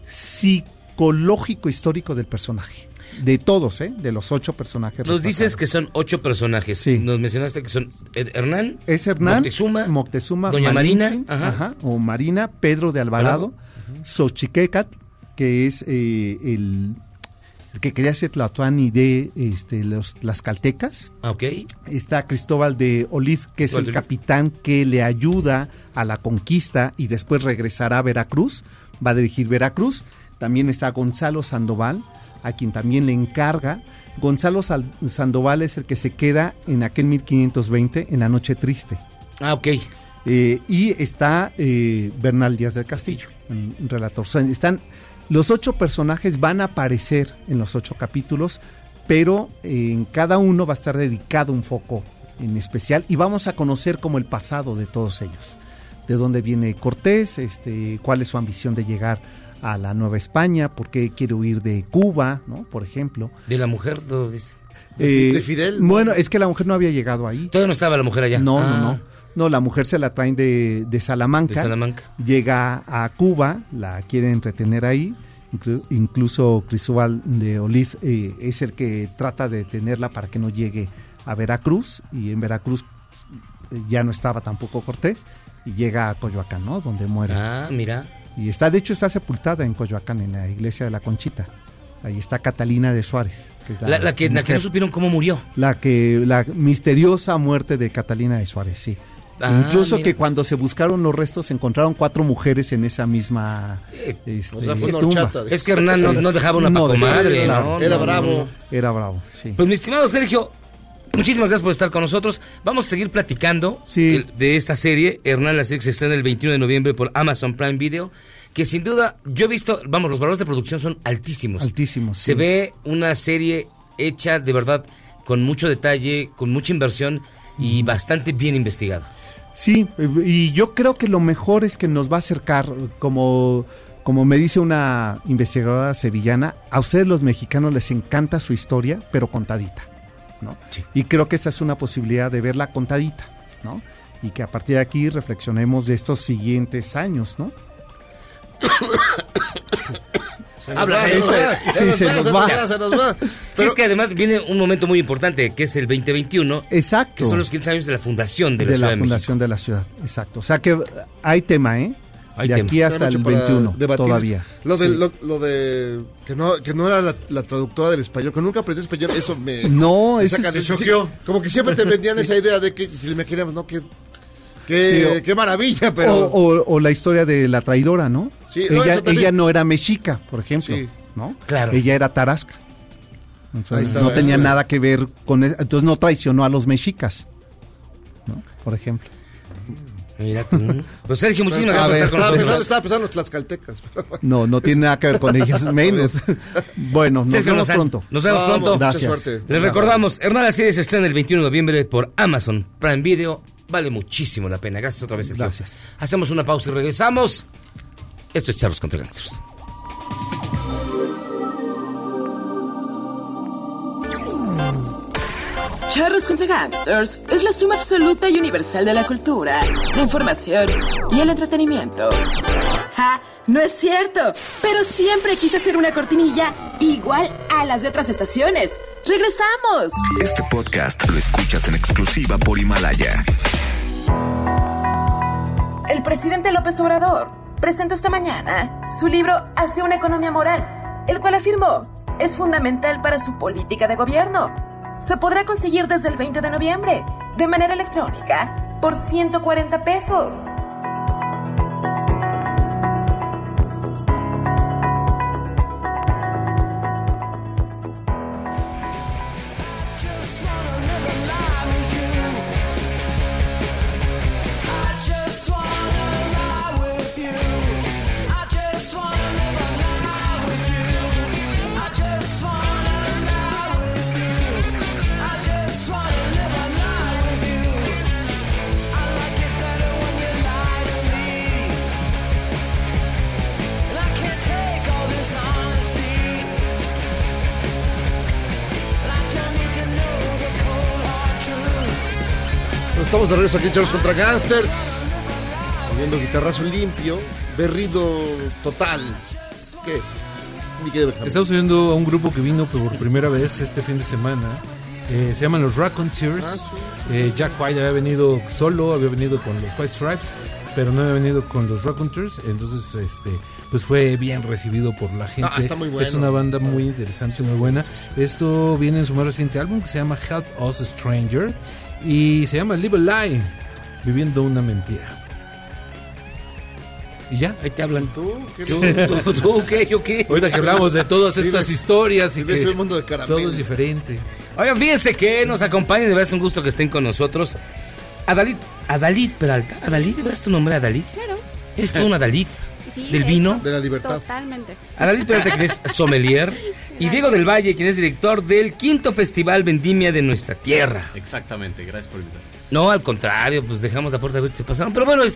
psicológico histórico del personaje. De todos, de los 8 personajes. Nos dices que son 8 personajes. Sí. Nos mencionaste que son Hernán. Es Hernán, Moctezuma, Doña Marina, o Marina, Pedro de Alvarado, Xochiquecat, que es el que quería ser Tlatoani de las caltecas. Okay. Está Cristóbal de Olid, que es el capitán que le ayuda a la conquista y después regresará a Veracruz, va a dirigir Veracruz. También está Gonzalo Sandoval, a quien también le encarga. Gonzalo Sandoval es el que se queda en aquel 1520 en la Noche Triste. Ok. Y está Bernal Díaz del Castillo, un relator. O sea, los 8 personajes van a aparecer en los 8 capítulos, pero en cada uno va a estar dedicado un foco en especial y vamos a conocer como el pasado de todos ellos. De dónde viene Cortés, cuál es su ambición de llegar a la Nueva España, por qué quiere huir de Cuba, ¿no? Por ejemplo. De la mujer, todos dicen. De Fidel. Bueno, es que la mujer no había llegado ahí. Todavía no estaba la mujer allá. No, la mujer se la traen de Salamanca. De Salamanca. Llega a Cuba, la quieren retener ahí. Incluso Cristóbal de Olid es el que trata de detenerla para que no llegue a Veracruz. Y en Veracruz ya no estaba tampoco Cortés. Y llega a Coyoacán, ¿no? Donde muere. Ah, mira. Y de hecho está sepultada en Coyoacán, en la iglesia de la Conchita. Ahí está Catalina de Suárez. Que es la que no supieron cómo murió. La misteriosa muerte de Catalina de Suárez, sí. Incluso mira, que cuando se buscaron los restos se encontraron 4 mujeres en esa misma tumba. Es que Hernán no dejaba una comadre. Era bravo. Era bravo, sí. Pues mi estimado Sergio, muchísimas gracias por estar con nosotros. Vamos a seguir platicando de esta serie. Hernán, la serie que se estrena el 21 de noviembre por Amazon Prime Video, que sin duda, yo he visto, los valores de producción son altísimos. Altísimos, Se ve una serie hecha de verdad con mucho detalle, con mucha inversión y bastante bien investigada. Sí, y yo creo que lo mejor es que nos va a acercar, como me dice una investigadora sevillana, a ustedes los mexicanos les encanta su historia, pero contadita, ¿no? Sí. Y creo que esta es una posibilidad de verla contadita, ¿no? Y que a partir de aquí reflexionemos de estos siguientes años, ¿no? Se nos va. Sí, es que además viene un momento muy importante, que es el 2021. Exacto. Que son los 15 años de la fundación de la Ciudad de México. De la fundación de la ciudad, exacto. O sea que hay tema, Hay de tema. Aquí hasta el 21 todavía. Lo de que no era la traductora del español, que nunca aprendí español, eso me... No, eso me choqueó. Como que siempre te vendían esa idea de que si me queríamos, ¿no? Qué maravilla, pero... O la historia de la traidora, ¿no? Sí, ella no era mexica, por ejemplo, ¿no? Claro. Ella era tarasca. Entonces, no tenía nada que ver con eso. Entonces no traicionó a los mexicas, ¿no? Por ejemplo. Mira tú. Pues Sergio, muchísimas gracias por estar con nosotros. Estaba pensando en los tlaxcaltecas. No tiene nada que ver con ellos, menos. Bueno, nos vemos pronto. Nos vemos pronto. Gracias. Les recordamos, Hernán, la serie se estrena el 21 de noviembre por Amazon Prime Video. Vale muchísimo la pena. Gracias otra vez, Sergio. Gracias. Hacemos una pausa y regresamos. Esto es Charlos contra Gangsters. Charlos contra Gangsters es la suma absoluta y universal de la cultura, la información y el entretenimiento. ¡Ja! No es cierto, pero siempre quise hacer una cortinilla igual a las de otras estaciones. ¡Regresamos! Este podcast lo escuchas en exclusiva por Himalaya. El presidente López Obrador presentó esta mañana su libro Hacia una economía moral, el cual afirmó es fundamental para su política de gobierno. se podrá conseguir desde el 20 de noviembre, de manera electrónica, por 140 pesos. Estamos de regreso aquí en Charros contra Gangsters, viendo guitarrazo limpio, berrido total. ¿Qué es? Estamos oyendo a un grupo que vino por primera vez este fin de semana. Se llaman los Raconteurs. Jack White había venido solo, había venido con los White Stripes, pero no había venido con los Raconteurs. Entonces, pues fue bien recibido por la gente. Está muy bueno. Es una banda muy interesante, muy buena. Esto viene en su más reciente álbum que se llama Help Us Stranger. Y se llama Live a Lie, viviendo una mentira. ¿Y ya? Ahí te hablan. ¿Tú? ¿Qué? ¿Yo qué? Ahorita que hablamos de todas estas historias y que el mundo de caramelo. todo es diferente. Oigan, fíjense que nos acompañen, de verdad es un gusto que estén con nosotros. Adalid Peralta. ¿Adalid? ¿De verdad es tu nombre, Adalid? Claro. ¿Es tú una Adalid? Sí, ¿Del vino? De la libertad. Totalmente. Adalid Peralta, quien es sommelier. Y Diego del Valle, quien es director del 5º Festival Vendimia de nuestra tierra. Exactamente, gracias por invitarme. No, al contrario, pues dejamos la puerta abierta y se pasaron. Pero bueno,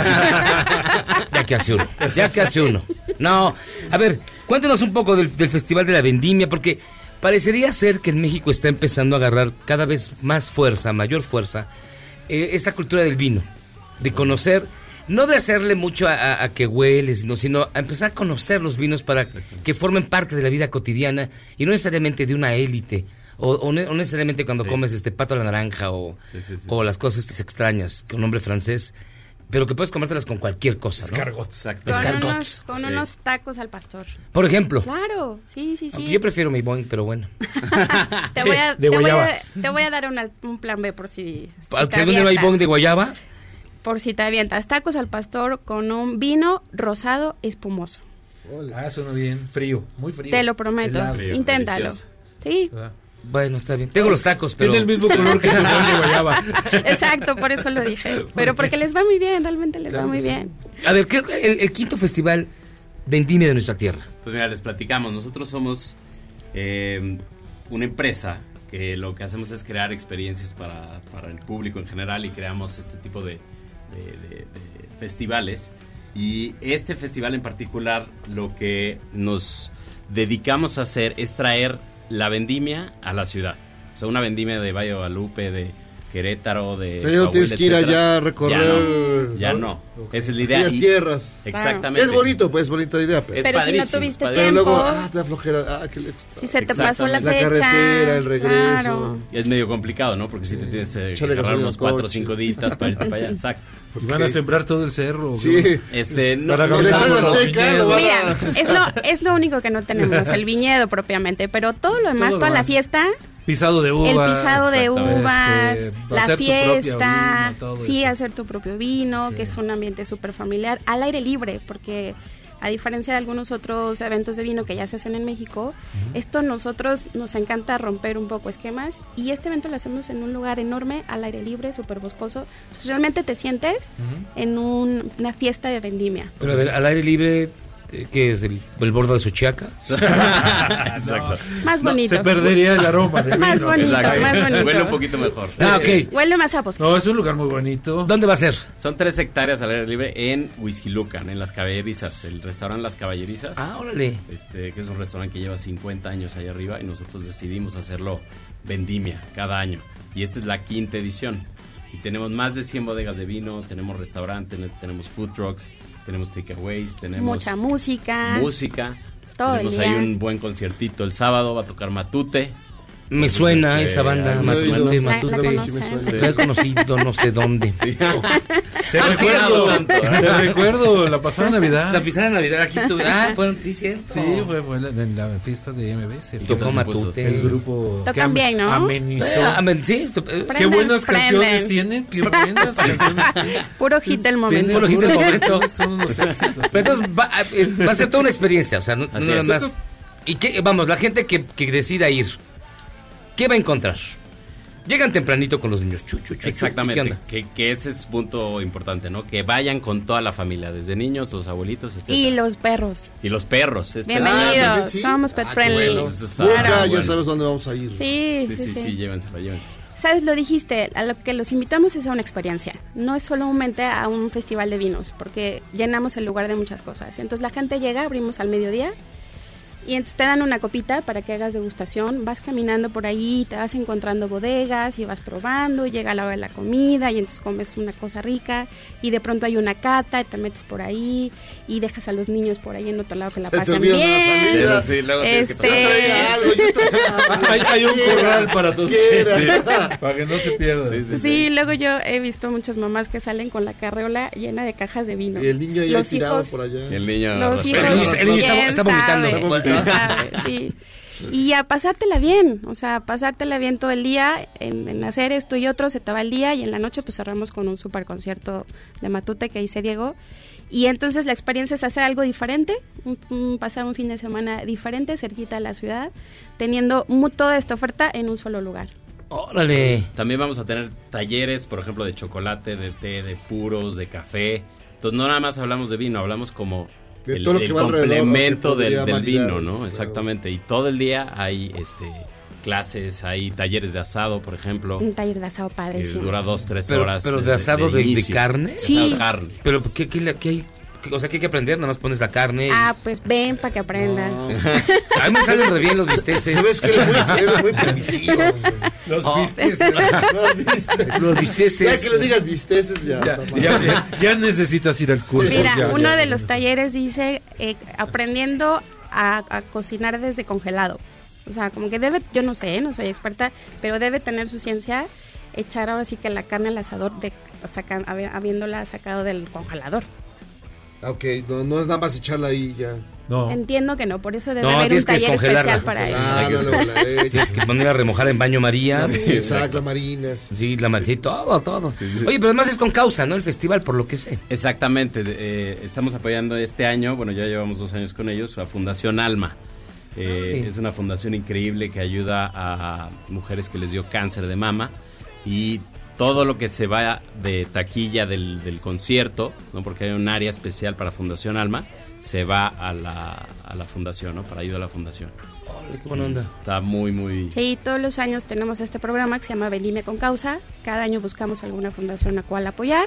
ya que hace uno. No, a ver, cuéntenos un poco del Festival de la Vendimia, porque parecería ser que en México está empezando a agarrar cada vez más fuerza, mayor fuerza, esta cultura del vino, de conocer, no de hacerle mucho a que huele, sino a empezar a conocer los vinos para que formen parte de la vida cotidiana y no necesariamente de una élite. O no necesariamente cuando comes pato a la naranja o las cosas estas extrañas, que un nombre francés, pero que puedes comértelas con cualquier cosa, ¿no? Escargots. Con unos tacos al pastor. Por ejemplo. Claro, sí. Aunque yo prefiero mi Boeing, pero bueno. Te voy a dar un plan B por si te avientas. ¿Hay Boeing de guayaba? Por si te avientas. Tacos al pastor con un vino rosado espumoso. Suena bien. Frío, muy frío. Te lo prometo. Inténtalo. Delicioso. Sí. Bueno, está bien. Tengo los tacos, pero... Tiene el mismo color que tu Boeing de guayaba. Exacto, por eso lo dije. Pero porque les va muy bien, realmente les va muy bien. A ver, el 5º Festival Vendimia de nuestra tierra. Pues mira, les platicamos. Nosotros somos una empresa que lo que hacemos es crear experiencias para el público en general y creamos este tipo de festivales. Y este festival en particular, lo que nos dedicamos a hacer es traer la vendimia a la ciudad. O sea, una vendimia de Valle de Guadalupe, de Querétaro, de... O sea, ya no tienes que ir allá a recorrer... Ya no. Esa es la idea. Las tierras. Exactamente. Es bonito, pues, bonita idea. Pero si no tuviste tiempo... Pero luego, te da flojera. Si se te pasó la fecha... La carretera, el regreso... Claro. Es medio complicado, ¿no? Porque si te tienes que agarrar unos 4 o 5 días para irte para allá. Exacto. Y van a sembrar todo el cerro. Sí. Mira, es lo único que no tenemos, el viñedo propiamente, pero todo lo demás, toda la fiesta... Pisado de uvas. El pisado de uvas, la fiesta, vino, hacer tu propio vino, que es un ambiente súper familiar, al aire libre, porque a diferencia de algunos otros eventos de vino que ya se hacen en México, esto nosotros nos encanta romper un poco esquemas, y este evento lo hacemos en un lugar enorme, al aire libre, súper boscoso, entonces realmente te sientes en una fiesta de vendimia. Pero a ver, al aire libre... ¿Qué es? ¿El bordo de Suchiaca? Exacto. Más bonito. Se perdería el aroma del más vino. Bonito, más bonito. Huele un poquito mejor. Ok. Huele más a bosque. No, es un lugar muy bonito. ¿Dónde va a ser? Son 3 hectáreas al aire libre en Huixquilucan, en Las Caballerizas, el restaurante Las Caballerizas. Órale. Que es un restaurante que lleva 50 años allá arriba y nosotros decidimos hacerlo vendimia cada año. Y esta es la 5ª edición. Y tenemos más de 100 bodegas de vino, tenemos restaurantes, tenemos food trucks, tenemos takeaways, tenemos... mucha música. Todo tenemos el día. Ahí un buen conciertito el sábado, va a tocar Matute. Me suena esa banda, Matute. Sí. La he conocido no sé dónde. Sí. Te recuerdo la pasada Navidad. La pasada Navidad, aquí estuve. Fueron, sí, cierto. Sí, fue en la fiesta de MBS. Tocó Matute. El grupo Tocan bien, ¿no? amenizó. Sí. Qué buenas canciones tienen. Qué buenas canciones. Puro hit del momento. Puro hit del momento. Son unos éxitos. Pero entonces va a ser toda una experiencia, o sea, no nada más. Y que, vamos, la gente que decida ir, ¿qué va a encontrar? Llegan tempranito con los niños. Exactamente. Que ese es punto importante, ¿no? Que vayan con toda la familia, desde niños, los abuelitos, etc. Y los perros. Y los perros. Bienvenidos. ¿sí? Somos pet friendly. Bueno. Ya sabes dónde vamos a ir. Sí, llévenselo. Sabes, lo dijiste, a lo que los invitamos es a una experiencia. No es solamente a un festival de vinos, porque llenamos el lugar de muchas cosas. Entonces la gente llega, abrimos al mediodía. Y entonces te dan una copita para que hagas degustación, vas caminando por ahí, te vas encontrando bodegas y vas probando, llega la hora de la comida y entonces comes una cosa rica y de pronto hay una cata y te metes por ahí y dejas a los niños por ahí en otro lado que la pasan bien. Sí, luego tienes que pasar. Hay un corral para todos. Para que no se pierdan. Sí, luego yo he visto muchas mamás que salen con la carreola llena de cajas de vino. Y el niño ya tirado por allá. Y el niño está vomitando. Sí. Y a pasártela bien, o sea, pasártela bien todo el día, en hacer esto y otro, se te va el día y en la noche pues cerramos con un super concierto de Matute que dice Diego. Y entonces la experiencia es hacer algo diferente, pasar un fin de semana diferente, cerquita de la ciudad, teniendo toda esta oferta en un solo lugar. ¡Órale! También vamos a tener talleres, por ejemplo, de chocolate, de té, de puros, de café. Entonces no nada más hablamos de vino, hablamos como de el todo lo que va complemento alrededor, del maridar, vino, ¿no? claro. Exactamente. Y todo el día hay clases, hay talleres de asado, por ejemplo. Un taller de asado padrísimo. Dura 2-3 horas. ¿Pero de asado de carne? Sí. De carne. ¿Pero qué hay? O sea, ¿qué hay que aprender? Nada más pones la carne. Pues ven para que aprendan. A mí me salen re bien los bisteces. ¿Sabes qué? Eres muy primitivo. Los bisteces. Los bisteces. Ya que le digas bisteces, ya necesitas ir al curso. Mira, uno de los talleres dice aprendiendo a cocinar desde congelado. O sea, como que yo no sé, no soy experta, pero debe tener su ciencia echar ahora sí que la carne al asador habiéndola sacado del congelador. Ok, no es nada más echarla ahí ya. No. Entiendo que no, por eso debe haber un taller especial para eso. Tienes que poner a remojar en baño María. Sí, exacto, marinas. Sí, todo. Sí. Oye, pero además es con causa, ¿no? El festival, por lo que sé. Exactamente. Estamos apoyando este año, bueno, ya llevamos 2 años con ellos, a Fundación Alma. Es una fundación increíble que ayuda a mujeres que les dio cáncer de mama y todo lo que se va de taquilla del concierto, ¿no? Porque hay un área especial para Fundación Alma, se va a la fundación, ¿no? Para ayudar a la fundación. ¡Qué buena onda! Está muy... Sí, todos los años tenemos este programa que se llama Vendimia con Causa. Cada año buscamos alguna fundación a cual apoyar.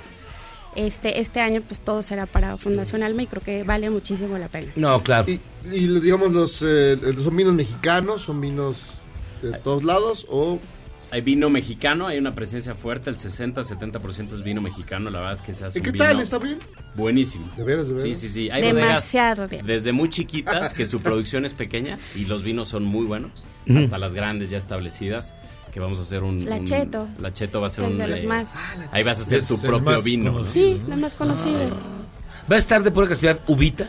Este año pues todo será para Fundación Alma y creo que vale muchísimo la pena. No, claro. Y digamos, ¿son vinos mexicanos? ¿Son vinos de todos lados? ¿O...? Hay vino mexicano, hay una presencia fuerte, el 60-70% es vino mexicano, la verdad es que se hace ¿Y un qué vino tal? ¿Está bien? Buenísimo. ¿De veras? Sí. Hay demasiado bodegas bien. Desde muy chiquitas, que su producción es pequeña y los vinos son muy buenos, hasta las grandes ya establecidas, que vamos a hacer La Cheto. La Cheto va a ser es de los más. ahí vas a hacer tu propio vino, ¿no? Sí, la más conocida. ¿Va a estar de pura casualidad Uvita?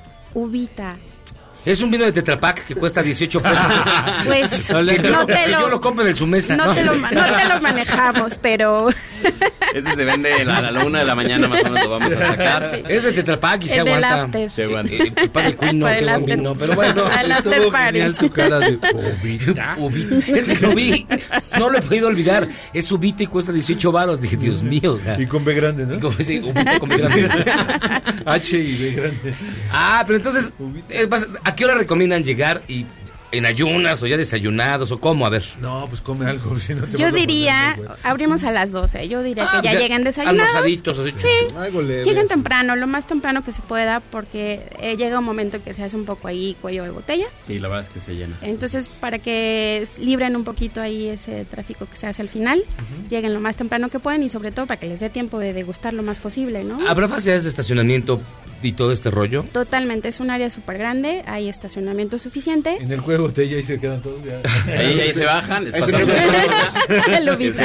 Uvita. Es un vino de Tetra Pak que cuesta 18 pesos. Pues yo lo compro en su mesa. No te lo manejamos, pero... Ese se vende a la 1 de la mañana más o menos lo vamos a sacar. Sí. Es de Tetra Pak y se aguanta. Se aguanta. El Padre Queen no, qué buen vino. Pero bueno. Al after party. Tu cara de Uvita. Es que lo vi. No lo he podido olvidar. Es Uvita y cuesta 18 varos. Dije, Dios mío. O sea, Y con B grande, ¿no? Uvita con B grande. H y B grande. Pero entonces, ¿a qué hora recomiendan llegar y en ayunas o ya desayunados o cómo? A ver. No, pues come algo. Si no te Yo vas a diría, poner, abrimos a las 12. Yo diría que ya lleguen desayunados. Almorzaditos. Sí, lleguen temprano, lo más temprano que se pueda, porque llega un momento que se hace un poco ahí cuello de botella. Sí, la verdad es que se llena. Entonces, para que libren un poquito ahí ese tráfico que se hace al final, lleguen lo más temprano que pueden y sobre todo para que les dé tiempo de degustar lo más posible, ¿no? ¿Habrá facilidades de estacionamiento y todo este rollo. Totalmente, es un área súper grande, hay estacionamiento suficiente. En el juego botella y se quedan todos ya. Ahí se bajan, les pasan el ubita.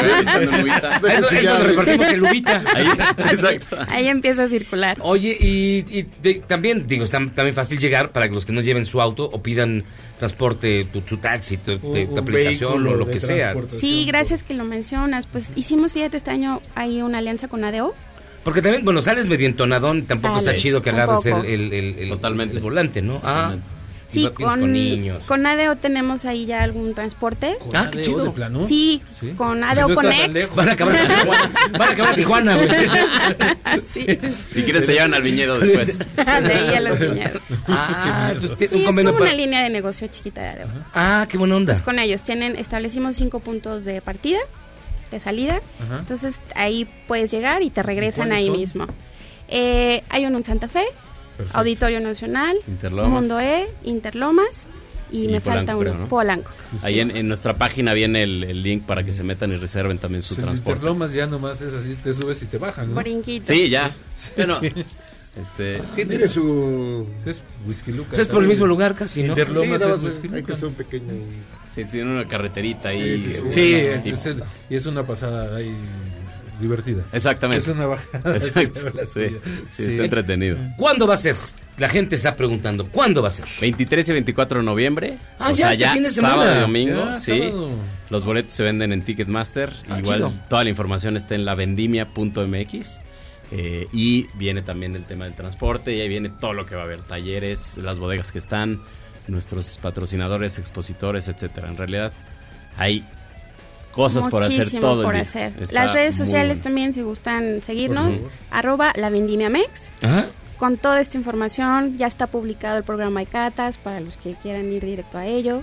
Es donde repartimos el ubita. Ahí, exacto. Ahí empieza a circular. Oye, y también, digo, está también fácil llegar para que los que no lleven su auto o pidan transporte, tu taxi, tu aplicación o lo que sea. Sí, gracias que lo mencionas. Pues hicimos, fíjate, este año hay una alianza con ADO. Porque también, bueno, sales medio entonadón, tampoco está chido que agarres poco. el volante, ¿no? Sí, con niños. Con ADO tenemos ahí ya algún transporte. Qué chido. ¿De plano? Sí, con ADO no Connect. Van a acabar a Tijuana, güey. Sí. Si quieres te llevan al viñedo después. De ahí a los viñedos. Pues Sí, es como una línea de negocio chiquita de ADO. Qué buena onda. Pues con ellos establecimos 5 puntos de partida, de salida. Ajá. Entonces ahí puedes llegar y te regresan ahí son? mismo. Hay uno en Santa Fe, Perfecto. Auditorio Nacional, Interlomas. Mundo E, Interlomas y me Polanco, falta uno, creo, ¿no? Polanco. Ahí en nuestra página viene el link para que se metan y reserven también su Pues el transporte. Interlomas ya nomás es así, te subes y te bajan, ¿no? Brinquito. Sí, ya. Bueno, Sí, tiene su... Es Whisky Lucas. Pues es por el mismo lugar casi, ¿no? Interlomas Sí, es no, Whisky hay que Lucas. hacer un pequeño... sí, tiene una carreterita ahí. Sí, Y- y es una pasada ahí divertida. Exactamente. Es una bajada. Exacto. Sí, está entretenido. ¿Cuándo va a ser? La gente está preguntando, ¿cuándo va a ser? 23 y 24 de noviembre. Ah, o ya, sea, este ya fin de semana. sábado y domingo, Ya, sí. sábado. Los boletos se venden en Ticketmaster. Igual chido. toda la información está en lavendimia.mx. Y viene también el tema del transporte. Y ahí viene todo lo que va a haber: talleres, las bodegas que están, nuestros patrocinadores, expositores, etcétera. En realidad hay cosas por hacer Muchísimo todo el por día. hacer. Está Las redes muy sociales bueno. también, si gustan seguirnos, Por favor. @lavendimiamex. Ajá. Con toda esta información ya está publicado el programa de catas para los que quieran ir directo a ello.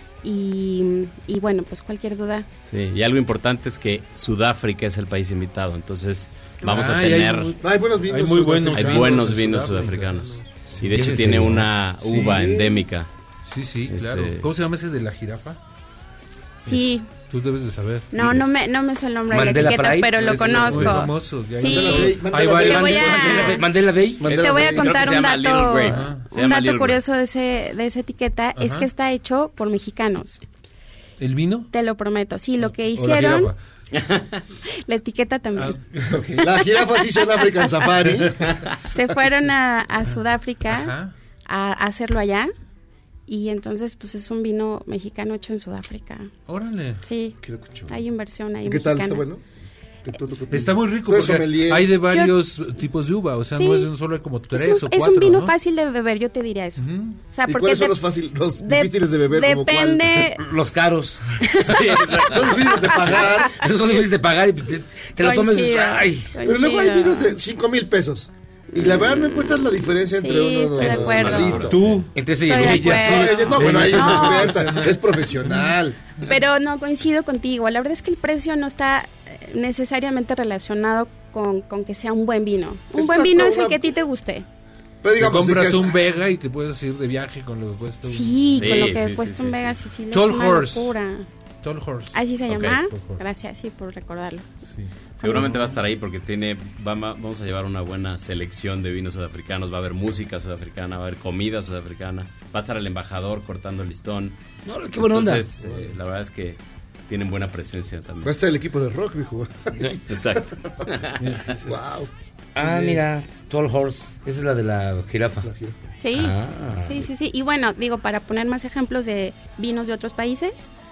Y bueno, pues cualquier duda. Sí, y algo importante es que Sudáfrica es el país invitado. Entonces vamos a Ay, tener... Hay buenos vinos. Hay muy buenos Hay vinos buenos en vinos Sudáfrica. sudafricanos. Y de ¿Es hecho en tiene serio? una uva Sí. endémica. Sí, claro. ¿Cómo se llama ese de la jirafa? Sí, Tú debes de saber. no me sé el nombre de la Mandela etiqueta, Fry, pero lo Ese es conozco. muy famoso. Ya Sí. hay- Mandela hay Day. varios. Te voy a- Mandela Day. Te voy a Creo que contar se un llama Little Grape. dato, Ajá. Se un llama dato Little curioso de esa etiqueta, es Ajá. que está hecho por mexicanos. ¿El vino? Te lo prometo. Sí, lo que ¿O la hicieron, jirafa? la etiqueta también. La jirafa sí son African Safari. Se fueron a Sudáfrica Ajá. a hacerlo allá. Y entonces, pues es un vino mexicano hecho en Sudáfrica. Órale. Sí, Qué locucho. hay inversión ahí ¿Y qué tal? mexicana. ¿Está bueno? ¿Qué todo lo que- Está muy rico Tú eres porque sommelier. hay de varios tipos de uva, o sea, Sí. no es un solo como tres Es o un, cuatro, es un vino ¿no? fácil de beber, yo te diría eso. O sea, ¿Y porque cuáles son los difíciles de beber? ¿Como cuál? depende. Los caros. Son difíciles de pagar. Esos son difíciles de pagar y te lo tomes. Coincido, Ay. Pero luego hay vinos de 5,000 pesos. Y la verdad no encuentras la diferencia entre Sí, uno estoy de acuerdo. malito. Tú. Entre ese y Estoy de el ella. acuerdo. Sí, no, bueno, ahí es No. una experta, es profesional. Pero no coincido contigo. La verdad es que el precio no está necesariamente relacionado con que sea un buen vino. Un Es buen una- vino es el una- que a ti te guste. Pero Te digamos compras que es- un Vega y te puedes ir de viaje con lo que cuesta un Sí, con lo Sí, que sí, cuesta sí, un sí, Vega sí. Sicilia Tall es una Horse. locura. Tall Horse. Así se Ok. llama. Tall Horse. Gracias, sí, por recordarlo. Sí. Seguramente va a estar ahí porque vamos a llevar una buena selección de vinos sudafricanos. Va a haber música sudafricana, va a haber comida sudafricana. Va a estar el embajador cortando el listón. No, qué buena onda. Entonces, la verdad es que tienen buena presencia Va a también. estar el equipo de rock, mijo. Exacto. Wow. Mira, Tall Horse. Esa es la de la jirafa. Sí, Ah. sí. Y bueno, digo, para poner más ejemplos de vinos de otros países,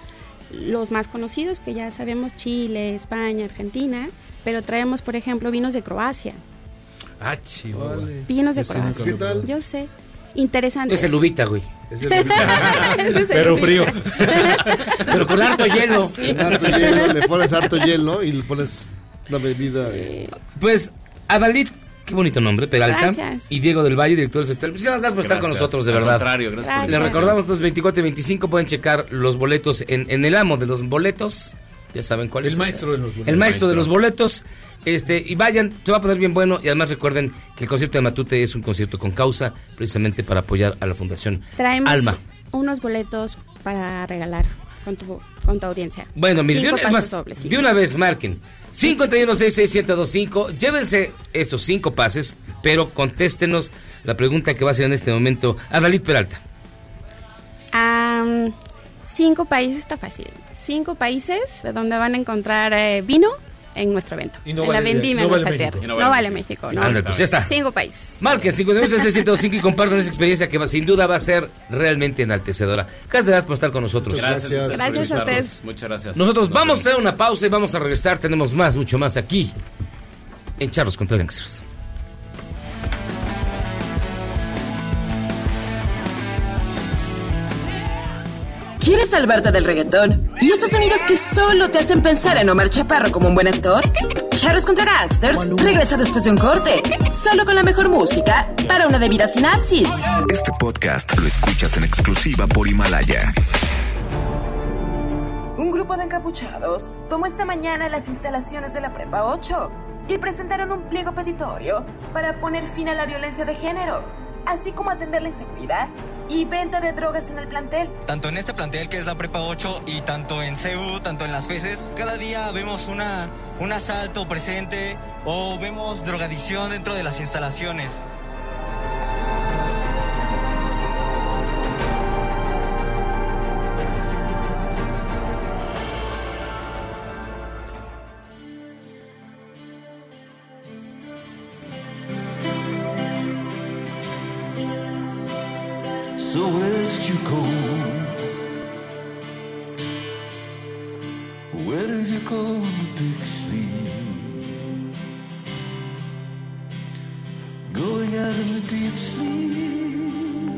los más conocidos que ya sabemos, Chile, España, Argentina, pero traemos, por ejemplo, vinos de Croacia. Ah, Chihuahua. Vinos de Ese nunca Croacia. lo probé. Yo sé. Interesante. Es el uvita, güey. Ese es el Pero uvita. frío. Pero con harto hielo. Con harto hielo, le pones harto hielo y le pones una bebida. Pues, Adalid, qué bonito nombre, Peralta. Gracias. Y Diego del Valle, director del festival. Muchísimas gracias por estar con Gracias. nosotros, de Al verdad. contrario, gracias por Gracias. Les la recordamos los 24 y 25 pueden checar los boletos en el amo de los boletos. Ya saben cuál es. El maestro de los boletos. El maestro de los boletos. Y vayan, se va a poner bien bueno. Y además recuerden que el concierto de Matute es un concierto con causa, precisamente para apoyar a la Fundación Traemos Alma. unos boletos para regalar. con tu audiencia. Bueno, mire, 5 es pases más, dobles, sí. de una vez marquen 5166125, llévense estos 5 pases, pero contéstenos la pregunta que va a hacer en este momento Adalid Peralta. 5 países está fácil. 5 países de donde van a encontrar vino en nuestro evento. Y no en vale- la vendimia no en vale nuestra México. tierra. Y No vale México. No. Ándale, pues ya está. 5 países. Marquen 5166125 y compartan esa experiencia que sin duda va a ser realmente enaltecedora. Gracias por estar con nosotros. Gracias a ustedes. Muchas gracias. Nosotros vamos a hacer una pausa y vamos a regresar. Tenemos mucho más aquí en Charlos contra Gangsters. ¿Quieres salvarte del reggaetón? ¿Y esos sonidos que solo te hacen pensar en Omar Chaparro como un buen actor? Charros contra Gangsters regresa después de un corte, solo con la mejor música para una debida sinapsis. Este podcast lo escuchas en exclusiva por Himalaya. Un grupo de encapuchados tomó esta mañana las instalaciones de la Prepa 8 y presentaron un pliego petitorio para poner fin a la violencia de género, así como atender la inseguridad y venta de drogas en el plantel. Tanto en este plantel que es la Prepa 8 y tanto en CU, tanto en las FESES, cada día vemos un asalto presente o vemos drogadicción dentro de las instalaciones. So where did you go? Where did you go in the big sleep? Going out in the deep sleep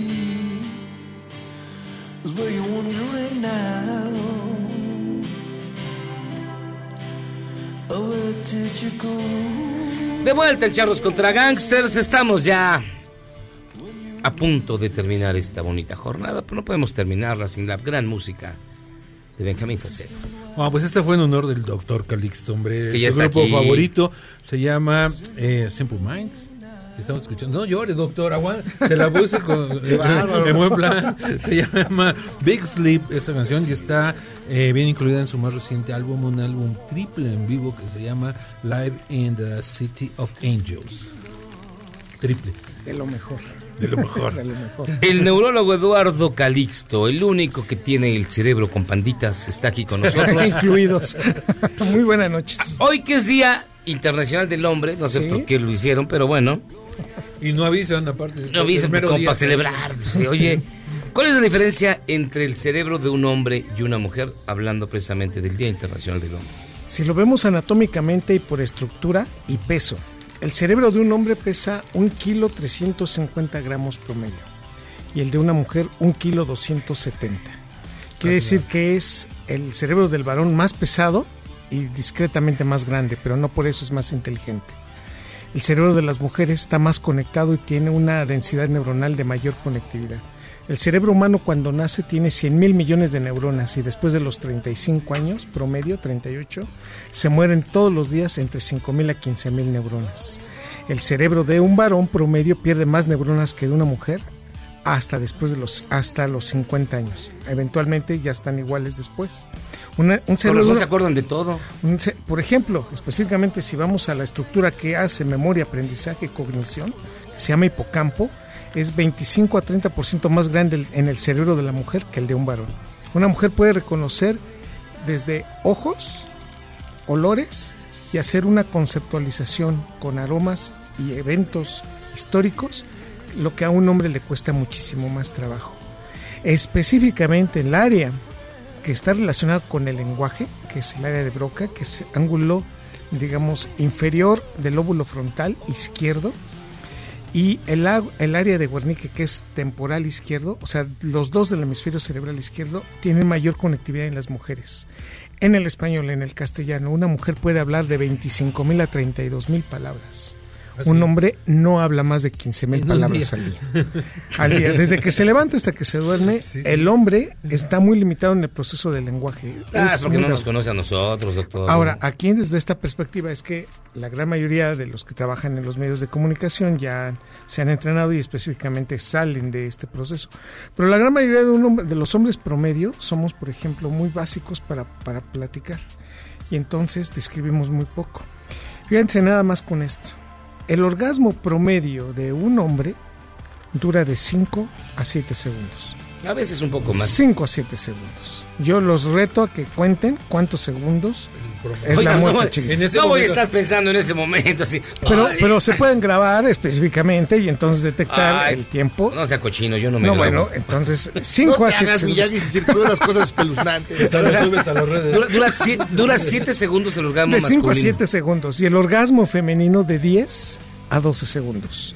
is where you're wandering now. Oh, where did you go? De vuelta en Charlos contra Gangsters. Estamos ya a punto de terminar esta bonita jornada, pero no podemos terminarla sin la gran música de Benjamín Salcedo. Pues este fue en honor del Dr. Calixto, hombre. Que ya Su está grupo aquí. favorito se llama Simple Minds. Estamos escuchando. No llores, doctor. Se la puse en buen plan. Se llama Big Sleep esta canción y está bien incluida en su más reciente álbum, un álbum triple en vivo que se llama Live in the City of Angels. Triple. De lo mejor. De lo mejor. De lo mejor. El neurólogo Eduardo Calixto, el único que tiene el cerebro con panditas, está aquí con nosotros. Incluidos. Muy buenas noches. Hoy que es Día Internacional del Hombre, no sé por qué lo hicieron, pero bueno. Y no avisan aparte. No avisan Primero como día para se celebrar. Sí, oye, ¿cuál es la diferencia entre el cerebro de un hombre y una mujer, hablando precisamente del Día Internacional del Hombre? Si lo vemos anatómicamente y por estructura y peso, el cerebro de un hombre pesa 1,350 kilogramos promedio y el de una mujer 1,270 kilos. Quiere decir que es el cerebro del varón más pesado y discretamente más grande, pero no por eso es más inteligente. El cerebro de las mujeres está más conectado y tiene una densidad neuronal de mayor conectividad. El cerebro humano cuando nace tiene 100,000 millones de neuronas y después de los 35 años, promedio 38, se mueren todos los días entre 5,000 a 15,000 neuronas. El cerebro de un varón promedio pierde más neuronas que de una mujer hasta los 50 años. Eventualmente ya están iguales después. Un cerebro Por eso se acuerdan de todo. Por ejemplo, específicamente si vamos a la estructura que hace memoria, aprendizaje y cognición, que se llama hipocampo, es 25 a 30% más grande en el cerebro de la mujer que el de un varón. Una mujer puede reconocer desde ojos, olores y hacer una conceptualización con aromas y eventos históricos, lo que a un hombre le cuesta muchísimo más trabajo. Específicamente el área que está relacionada con el lenguaje, que es el área de Broca, que es ángulo, digamos, inferior del lóbulo frontal izquierdo, y el área de Wernicke, que es temporal izquierdo, o sea, los dos del hemisferio cerebral izquierdo tienen mayor conectividad en las mujeres. En el español, en el castellano, una mujer puede hablar de 25,000 a 32,000 palabras. Un hombre no habla más de 15,000 palabras al día. Al día. Desde que se levanta hasta que se duerme, el hombre está muy limitado en el proceso del lenguaje. Porque no nos conoce a nosotros, doctor. Ahora, aquí desde esta perspectiva es que la gran mayoría de los que trabajan en los medios de comunicación ya se han entrenado y específicamente salen de este proceso. Pero la gran mayoría de los hombres promedio somos, por ejemplo, muy básicos para platicar. Y entonces describimos muy poco. Fíjense nada más con esto. El orgasmo promedio de un hombre dura de 5 a 7 segundos. A veces un poco más. 5 a 7 segundos. Yo los reto a que cuenten cuántos segundos es la muerte chiquita. No voy a estar pensando en ese momento así. Pero se pueden grabar específicamente y entonces detectar el tiempo. No sea cochino, yo no me No, grabo. bueno, entonces 5 a 7 segundos. Y circulan las cosas espeluznantes. Dura 7 segundos el orgasmo de 5 masculino. a 7 segundos. Y el orgasmo femenino de 10 a 12 segundos.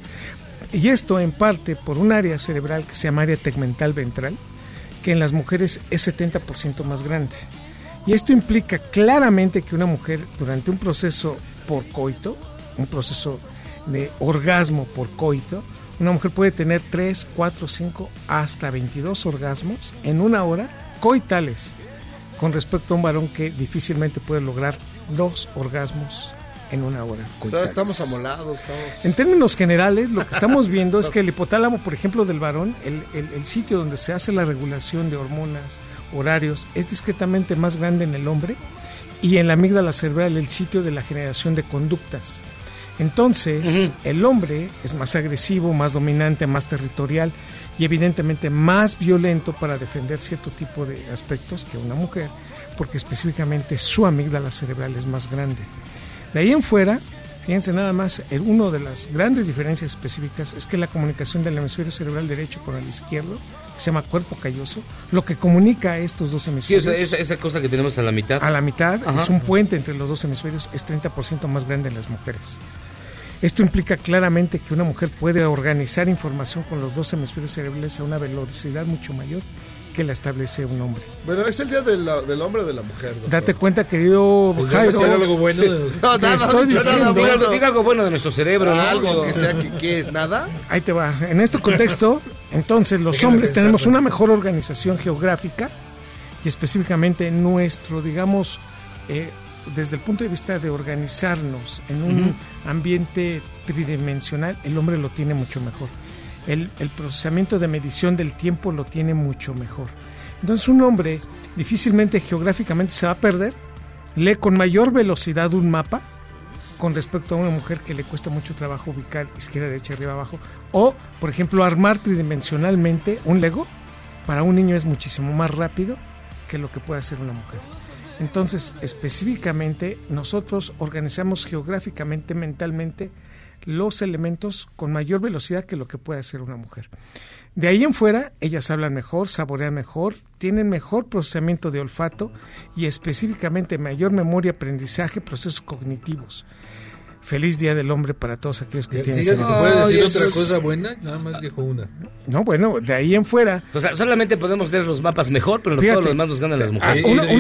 Y esto en parte por un área cerebral que se llama área tegmental ventral, que en las mujeres es 70% más grande. Y esto implica claramente que una mujer durante un proceso por coito, un proceso de orgasmo por coito, una mujer puede tener 3, 4, 5, hasta 22 orgasmos en una hora coitales, con respecto a un varón que difícilmente puede lograr 2 orgasmos en una hora. O sea, estamos amolados. En términos generales, lo que estamos viendo es que el hipotálamo, por ejemplo, del varón, el sitio donde se hace la regulación de hormonas, horarios, es discretamente más grande en el hombre, y en la amígdala cerebral el sitio de la generación de conductas. Entonces, el hombre es más agresivo, más dominante, más territorial y evidentemente más violento para defender cierto tipo de aspectos que una mujer, porque específicamente su amígdala cerebral es más grande. De ahí en fuera, fíjense nada más, una de las grandes diferencias específicas es que la comunicación del hemisferio cerebral derecho con el izquierdo, que se llama cuerpo calloso, lo que comunica a estos dos hemisferios. Sí, o sea, esa cosa que tenemos a la mitad. A la mitad, Ajá. Es un puente entre los dos hemisferios, es 30% más grande en las mujeres. Esto implica claramente que una mujer puede organizar información con los dos hemisferios cerebrales a una velocidad mucho mayor que la establece un hombre. Bueno, es el día del hombre o de la mujer, doctor. Date cuenta, querido Jairo. algo bueno Sí. de los- Te No, nada, estoy no he dicho diciendo. nada bueno. Diga algo bueno de nuestro cerebro, ¿no? Algo que sea que nada. Ahí te va. En este contexto, entonces, los Déjame hombres pensar, tenemos bueno. una mejor organización geográfica y específicamente nuestro, digamos, desde el punto de vista de organizarnos en un ambiente tridimensional, el hombre lo tiene mucho mejor. El procesamiento de medición del tiempo lo tiene mucho mejor. Entonces, un hombre difícilmente geográficamente se va a perder, lee con mayor velocidad un mapa con respecto a una mujer que le cuesta mucho trabajo ubicar izquierda, derecha, arriba, abajo, o, por ejemplo, armar tridimensionalmente un Lego. Para un niño es muchísimo más rápido que lo que puede hacer una mujer. Entonces, específicamente, nosotros organizamos geográficamente, mentalmente, los elementos con mayor velocidad que lo que puede hacer una mujer. De ahí en fuera, ellas hablan mejor, saborean mejor, tienen mejor procesamiento de olfato y específicamente mayor memoria, aprendizaje, procesos cognitivos. Feliz Día del Hombre para todos aquellos que tienen ¿Se cerebro. puede decir otra cosa buena? Nada más dijo una. No, bueno, de ahí en fuera. O sea, solamente podemos leer los mapas mejor, pero Fíjate, todo lo demás nos ganan las mujeres.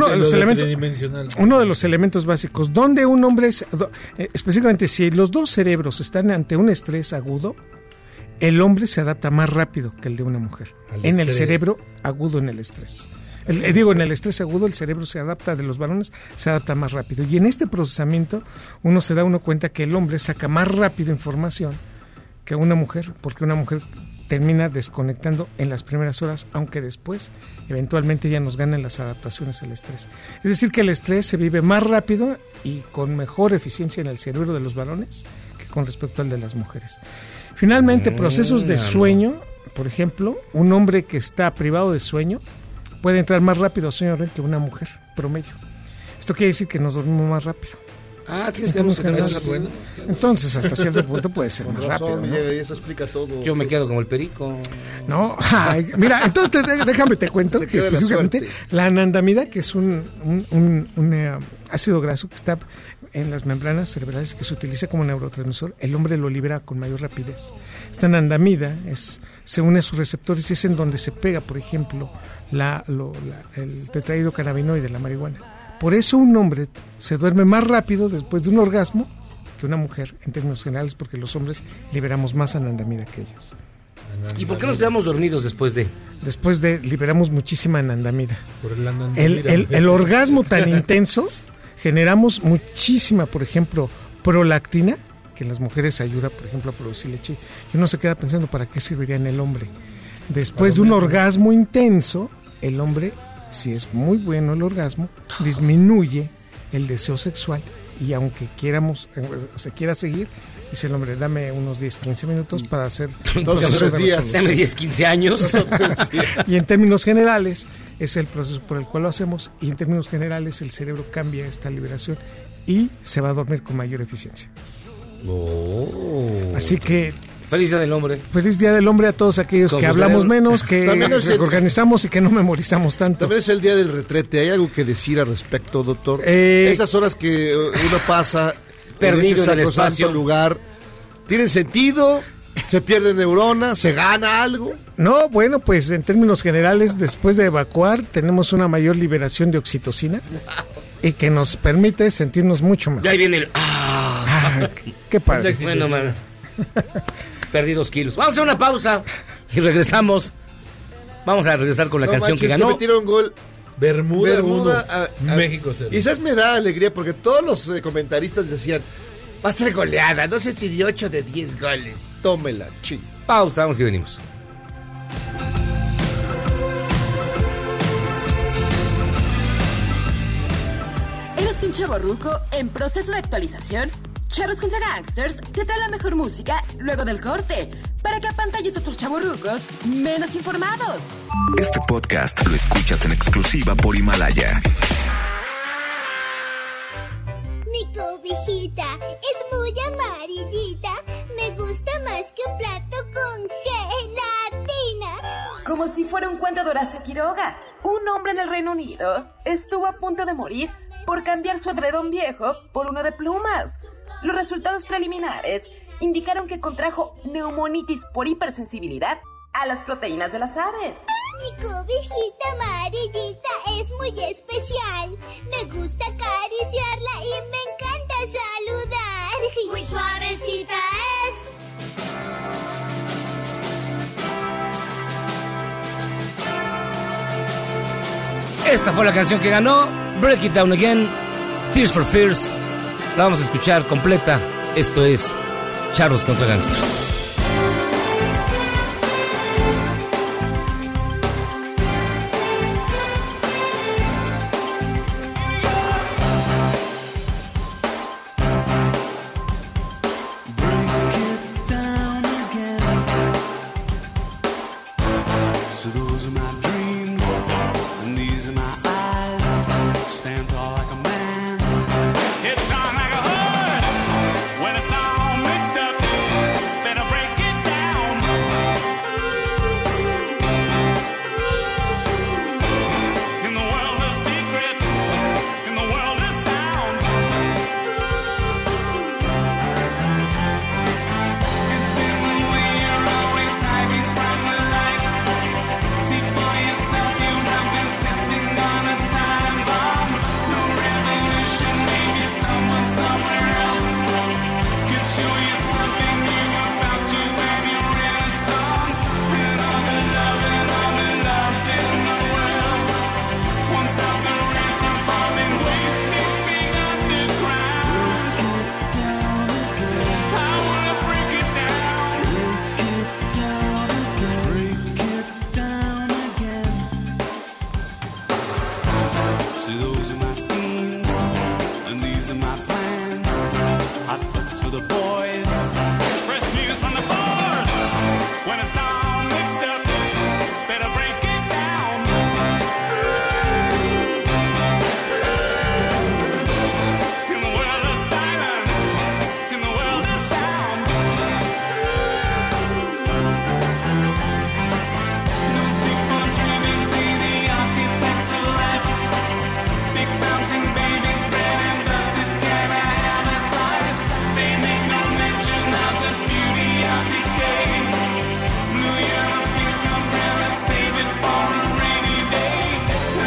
Uno de los elementos básicos, donde un hombre, específicamente si los dos cerebros están ante un estrés agudo, el hombre se adapta más rápido que el de una mujer. En el cerebro agudo, en el estrés. En el estrés agudo el cerebro se adapta, de los varones se adapta más rápido. Y en este procesamiento uno se da cuenta que el hombre saca más rápido información que una mujer, porque una mujer termina desconectando en las primeras horas, aunque después eventualmente ya nos ganan las adaptaciones al estrés. Es decir, que el estrés se vive más rápido y con mejor eficiencia en el cerebro de los varones que con respecto al de las mujeres. Finalmente, procesos de sueño, por ejemplo, un hombre que está privado de sueño puede entrar más rápido a sueño REM que una mujer promedio. Esto quiere decir que nos dormimos más rápido. Entonces, hasta cierto punto puede ser más rápido, ¿no? Y eso explica todo. Yo me quedo como el perico. No, mira, entonces déjame te cuento que queda la específicamente suerte. la anandamida, que es un ácido graso que está en las membranas cerebrales, que se utiliza como neurotransmisor, el hombre lo libera con mayor rapidez. Esta anandamida se une a sus receptores y es en donde se pega, por ejemplo, el tetrahidrocannabinoide, la marihuana. Por eso un hombre se duerme más rápido después de un orgasmo que que una mujer, en términos generales, porque los hombres liberamos más anandamida que ellas. ¿Y por qué nos quedamos dormidos después de...? Después de liberamos muchísima anandamida. Por el anandamida. El orgasmo tan intenso, generamos muchísima, por ejemplo, prolactina, que en las mujeres ayuda, por ejemplo, a producir leche. Y uno se queda pensando, ¿para qué serviría en el hombre? Después de un orgasmo intenso, el hombre, si es muy bueno el orgasmo, disminuye el deseo sexual y aunque quiera seguir, dice el hombre, dame unos 10, 15 minutos para hacer todos los 3 días. Dame 10, 15 años. Y en términos generales, es el proceso por el cual lo hacemos y en términos generales el cerebro cambia esta liberación y se va a dormir con mayor eficiencia. Así que... Feliz Día del Hombre. Feliz Día del Hombre a todos aquellos que hablamos menos, que organizamos y que no memorizamos tanto. También es el Día del Retrete. ¿Hay algo que decir al respecto, doctor? Esas horas que uno pasa perdido en el espacio, lugar, ¿tienen sentido? ¿Se pierden neuronas? ¿Se gana algo? No, bueno, pues en términos generales, después de evacuar, tenemos una mayor liberación de oxitocina y que nos permite sentirnos mucho mejor. Ya ahí viene el... qué padre. Bueno, man. Perdí 2 kilos. Vamos a hacer una pausa y regresamos. Vamos a regresar con la canción que ganó. Que metieron gol. Bermuda México 0. Y ¿sabes? Me da alegría porque todos los comentaristas decían, va a ser goleada, no sé si de 8 de 10 goles. Tómela, ching. Pausa, vamos y venimos. ¿Eres un chavorruco en proceso de actualización? Charros contra Gangsters te trae la mejor música luego del corte, para que apantalles a otros chavorrucos menos informados. Este podcast lo escuchas en exclusiva por Himalaya. Mi cobijita es muy amarillita, me gusta más que un plato con gelatina. Como si fuera un cuento de Horacio Quiroga, un hombre en el Reino Unido estuvo a punto de morir por cambiar su edredón viejo por uno de plumas. Los resultados preliminares indicaron que contrajo neumonitis por hipersensibilidad a las proteínas de las aves. Mi cobijita amarillita es muy especial. Me gusta acariciarla y me encanta saludar. Muy suavecita es. Esta fue la canción que ganó, Break It Down Again, Tears for Fears. La vamos a escuchar completa. Esto es Charros contra Gangsters.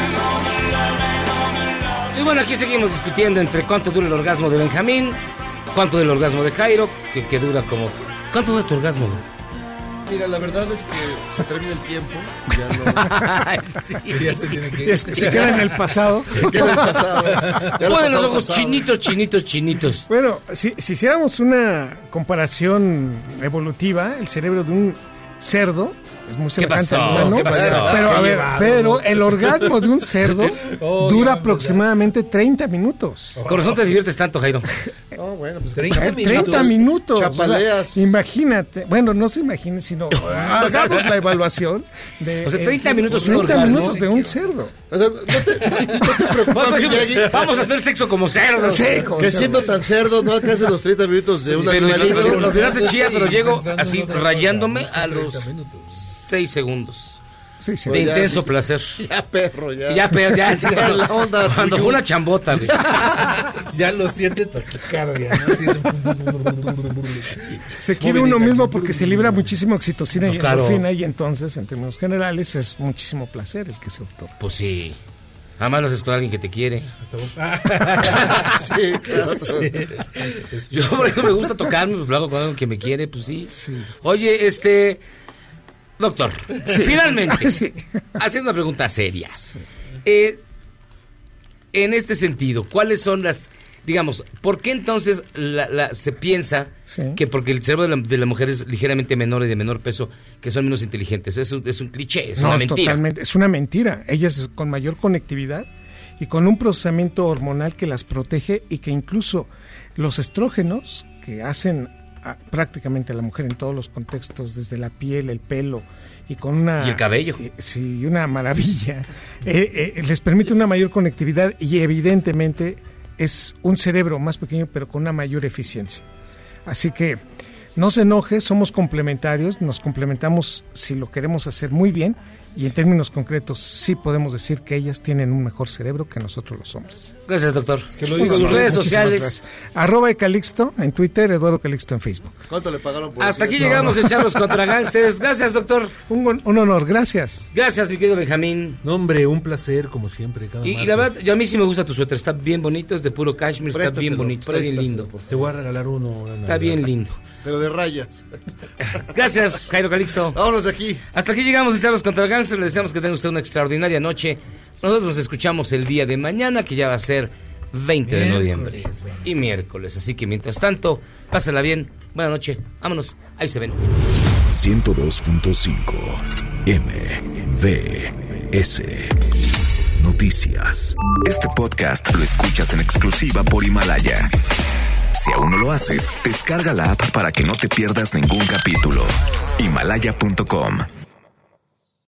Bueno, aquí seguimos discutiendo entre cuánto dura el orgasmo de Benjamín, ¿Cuánto del orgasmo de Jairo? Que dura como... ¿Cuánto dura tu orgasmo? Mira, la verdad es que se termina el tiempo. Ya no. Sí. Ya se tiene que ir. Se queda en el pasado. Se queda en el pasado. Bueno, los ojos chinitos. Bueno, si hiciéramos una comparación evolutiva, el cerebro de un cerdo es muy semejante al humano. ¿Qué pasó? Pero el orgasmo de un cerdo dura aproximadamente 30 minutos. Con razón te diviertes tanto, Jairo. No, bueno, pues 30 minutos. Chapaleas. O sea, imagínate. Bueno, no se imagine, sino hagamos la evaluación de. O sea, 30 minutos 30 minutos de un cerdo. O sea, no te preocupes. Vamos a hacer sexo como cerdos. Sí, como que cerdo. siendo tan cerdo no alcances los 30 minutos de un Pero animalito. los dirás de chía, pero llego así rayándome a los 6 segundos. Sí, sí. De Ya, intenso sí. placer. Ya, perro, ya. Ya, pero ya, sí, Ya la onda. cuando fue una chambota, güey. Ya lo siente taquicardia, ¿no? Se quiere uno mismo porque se libra muchísimo oxitocina y endorfina, y entonces, en términos generales, es muchísimo placer el que se obtuvo. Pues sí. Además lo haces con alguien que te quiere. Sí, claro. Sí. Yo, por ejemplo, me gusta tocarme, pues lo hago con alguien que me quiere, pues sí. Oye, doctor, finalmente, haciendo una pregunta seria. En este sentido, ¿cuáles son las, digamos, por qué entonces se piensa que porque el cerebro de la mujer es ligeramente menor y de menor peso, que son menos inteligentes? Es un cliché, es una mentira. Totalmente, es una mentira. Ellas con mayor conectividad y con un procesamiento hormonal que las protege, y que incluso los estrógenos que hacen prácticamente a la mujer en todos los contextos, desde la piel, el pelo y con una... Y el cabello. Sí, una maravilla. Les permite una mayor conectividad, y evidentemente es un cerebro más pequeño pero con una mayor eficiencia. Así que no se enoje, somos complementarios, nos complementamos si lo queremos hacer muy bien, y en términos concretos sí podemos decir que ellas tienen un mejor cerebro que nosotros los hombres. Gracias, doctor. Que lo digo, sus redes sociales. Gracias. @Calixto en Twitter, Eduardo Calixto en Facebook. ¿Cuánto le pagaron por Hasta eso? aquí llegamos en Charlos contra Gangsters. Gracias, doctor. Un honor, gracias. Gracias, mi querido Benjamín. No, hombre, un placer, como siempre. Cada Y la verdad, a mí sí me gusta tu suéter. Está bien bonito, es de puro cashmere, está bien bonito, está bien lindo. Te voy a regalar uno. Está bien lindo. Pero de rayas. Gracias, Jairo Calixto. Vámonos de aquí. Hasta aquí llegamos en Charlos contra Gangsters. Le deseamos que tenga usted una extraordinaria noche. Nosotros nos escuchamos el día de mañana, que ya va a ser 20 de noviembre. Y miércoles. Así que mientras tanto, pásenla bien. Buenas noches. Vámonos. Ahí se ven. 102.5 MBS Noticias. Este podcast lo escuchas en exclusiva por Himalaya. Si aún no lo haces, descarga la app para que no te pierdas ningún capítulo. Himalaya.com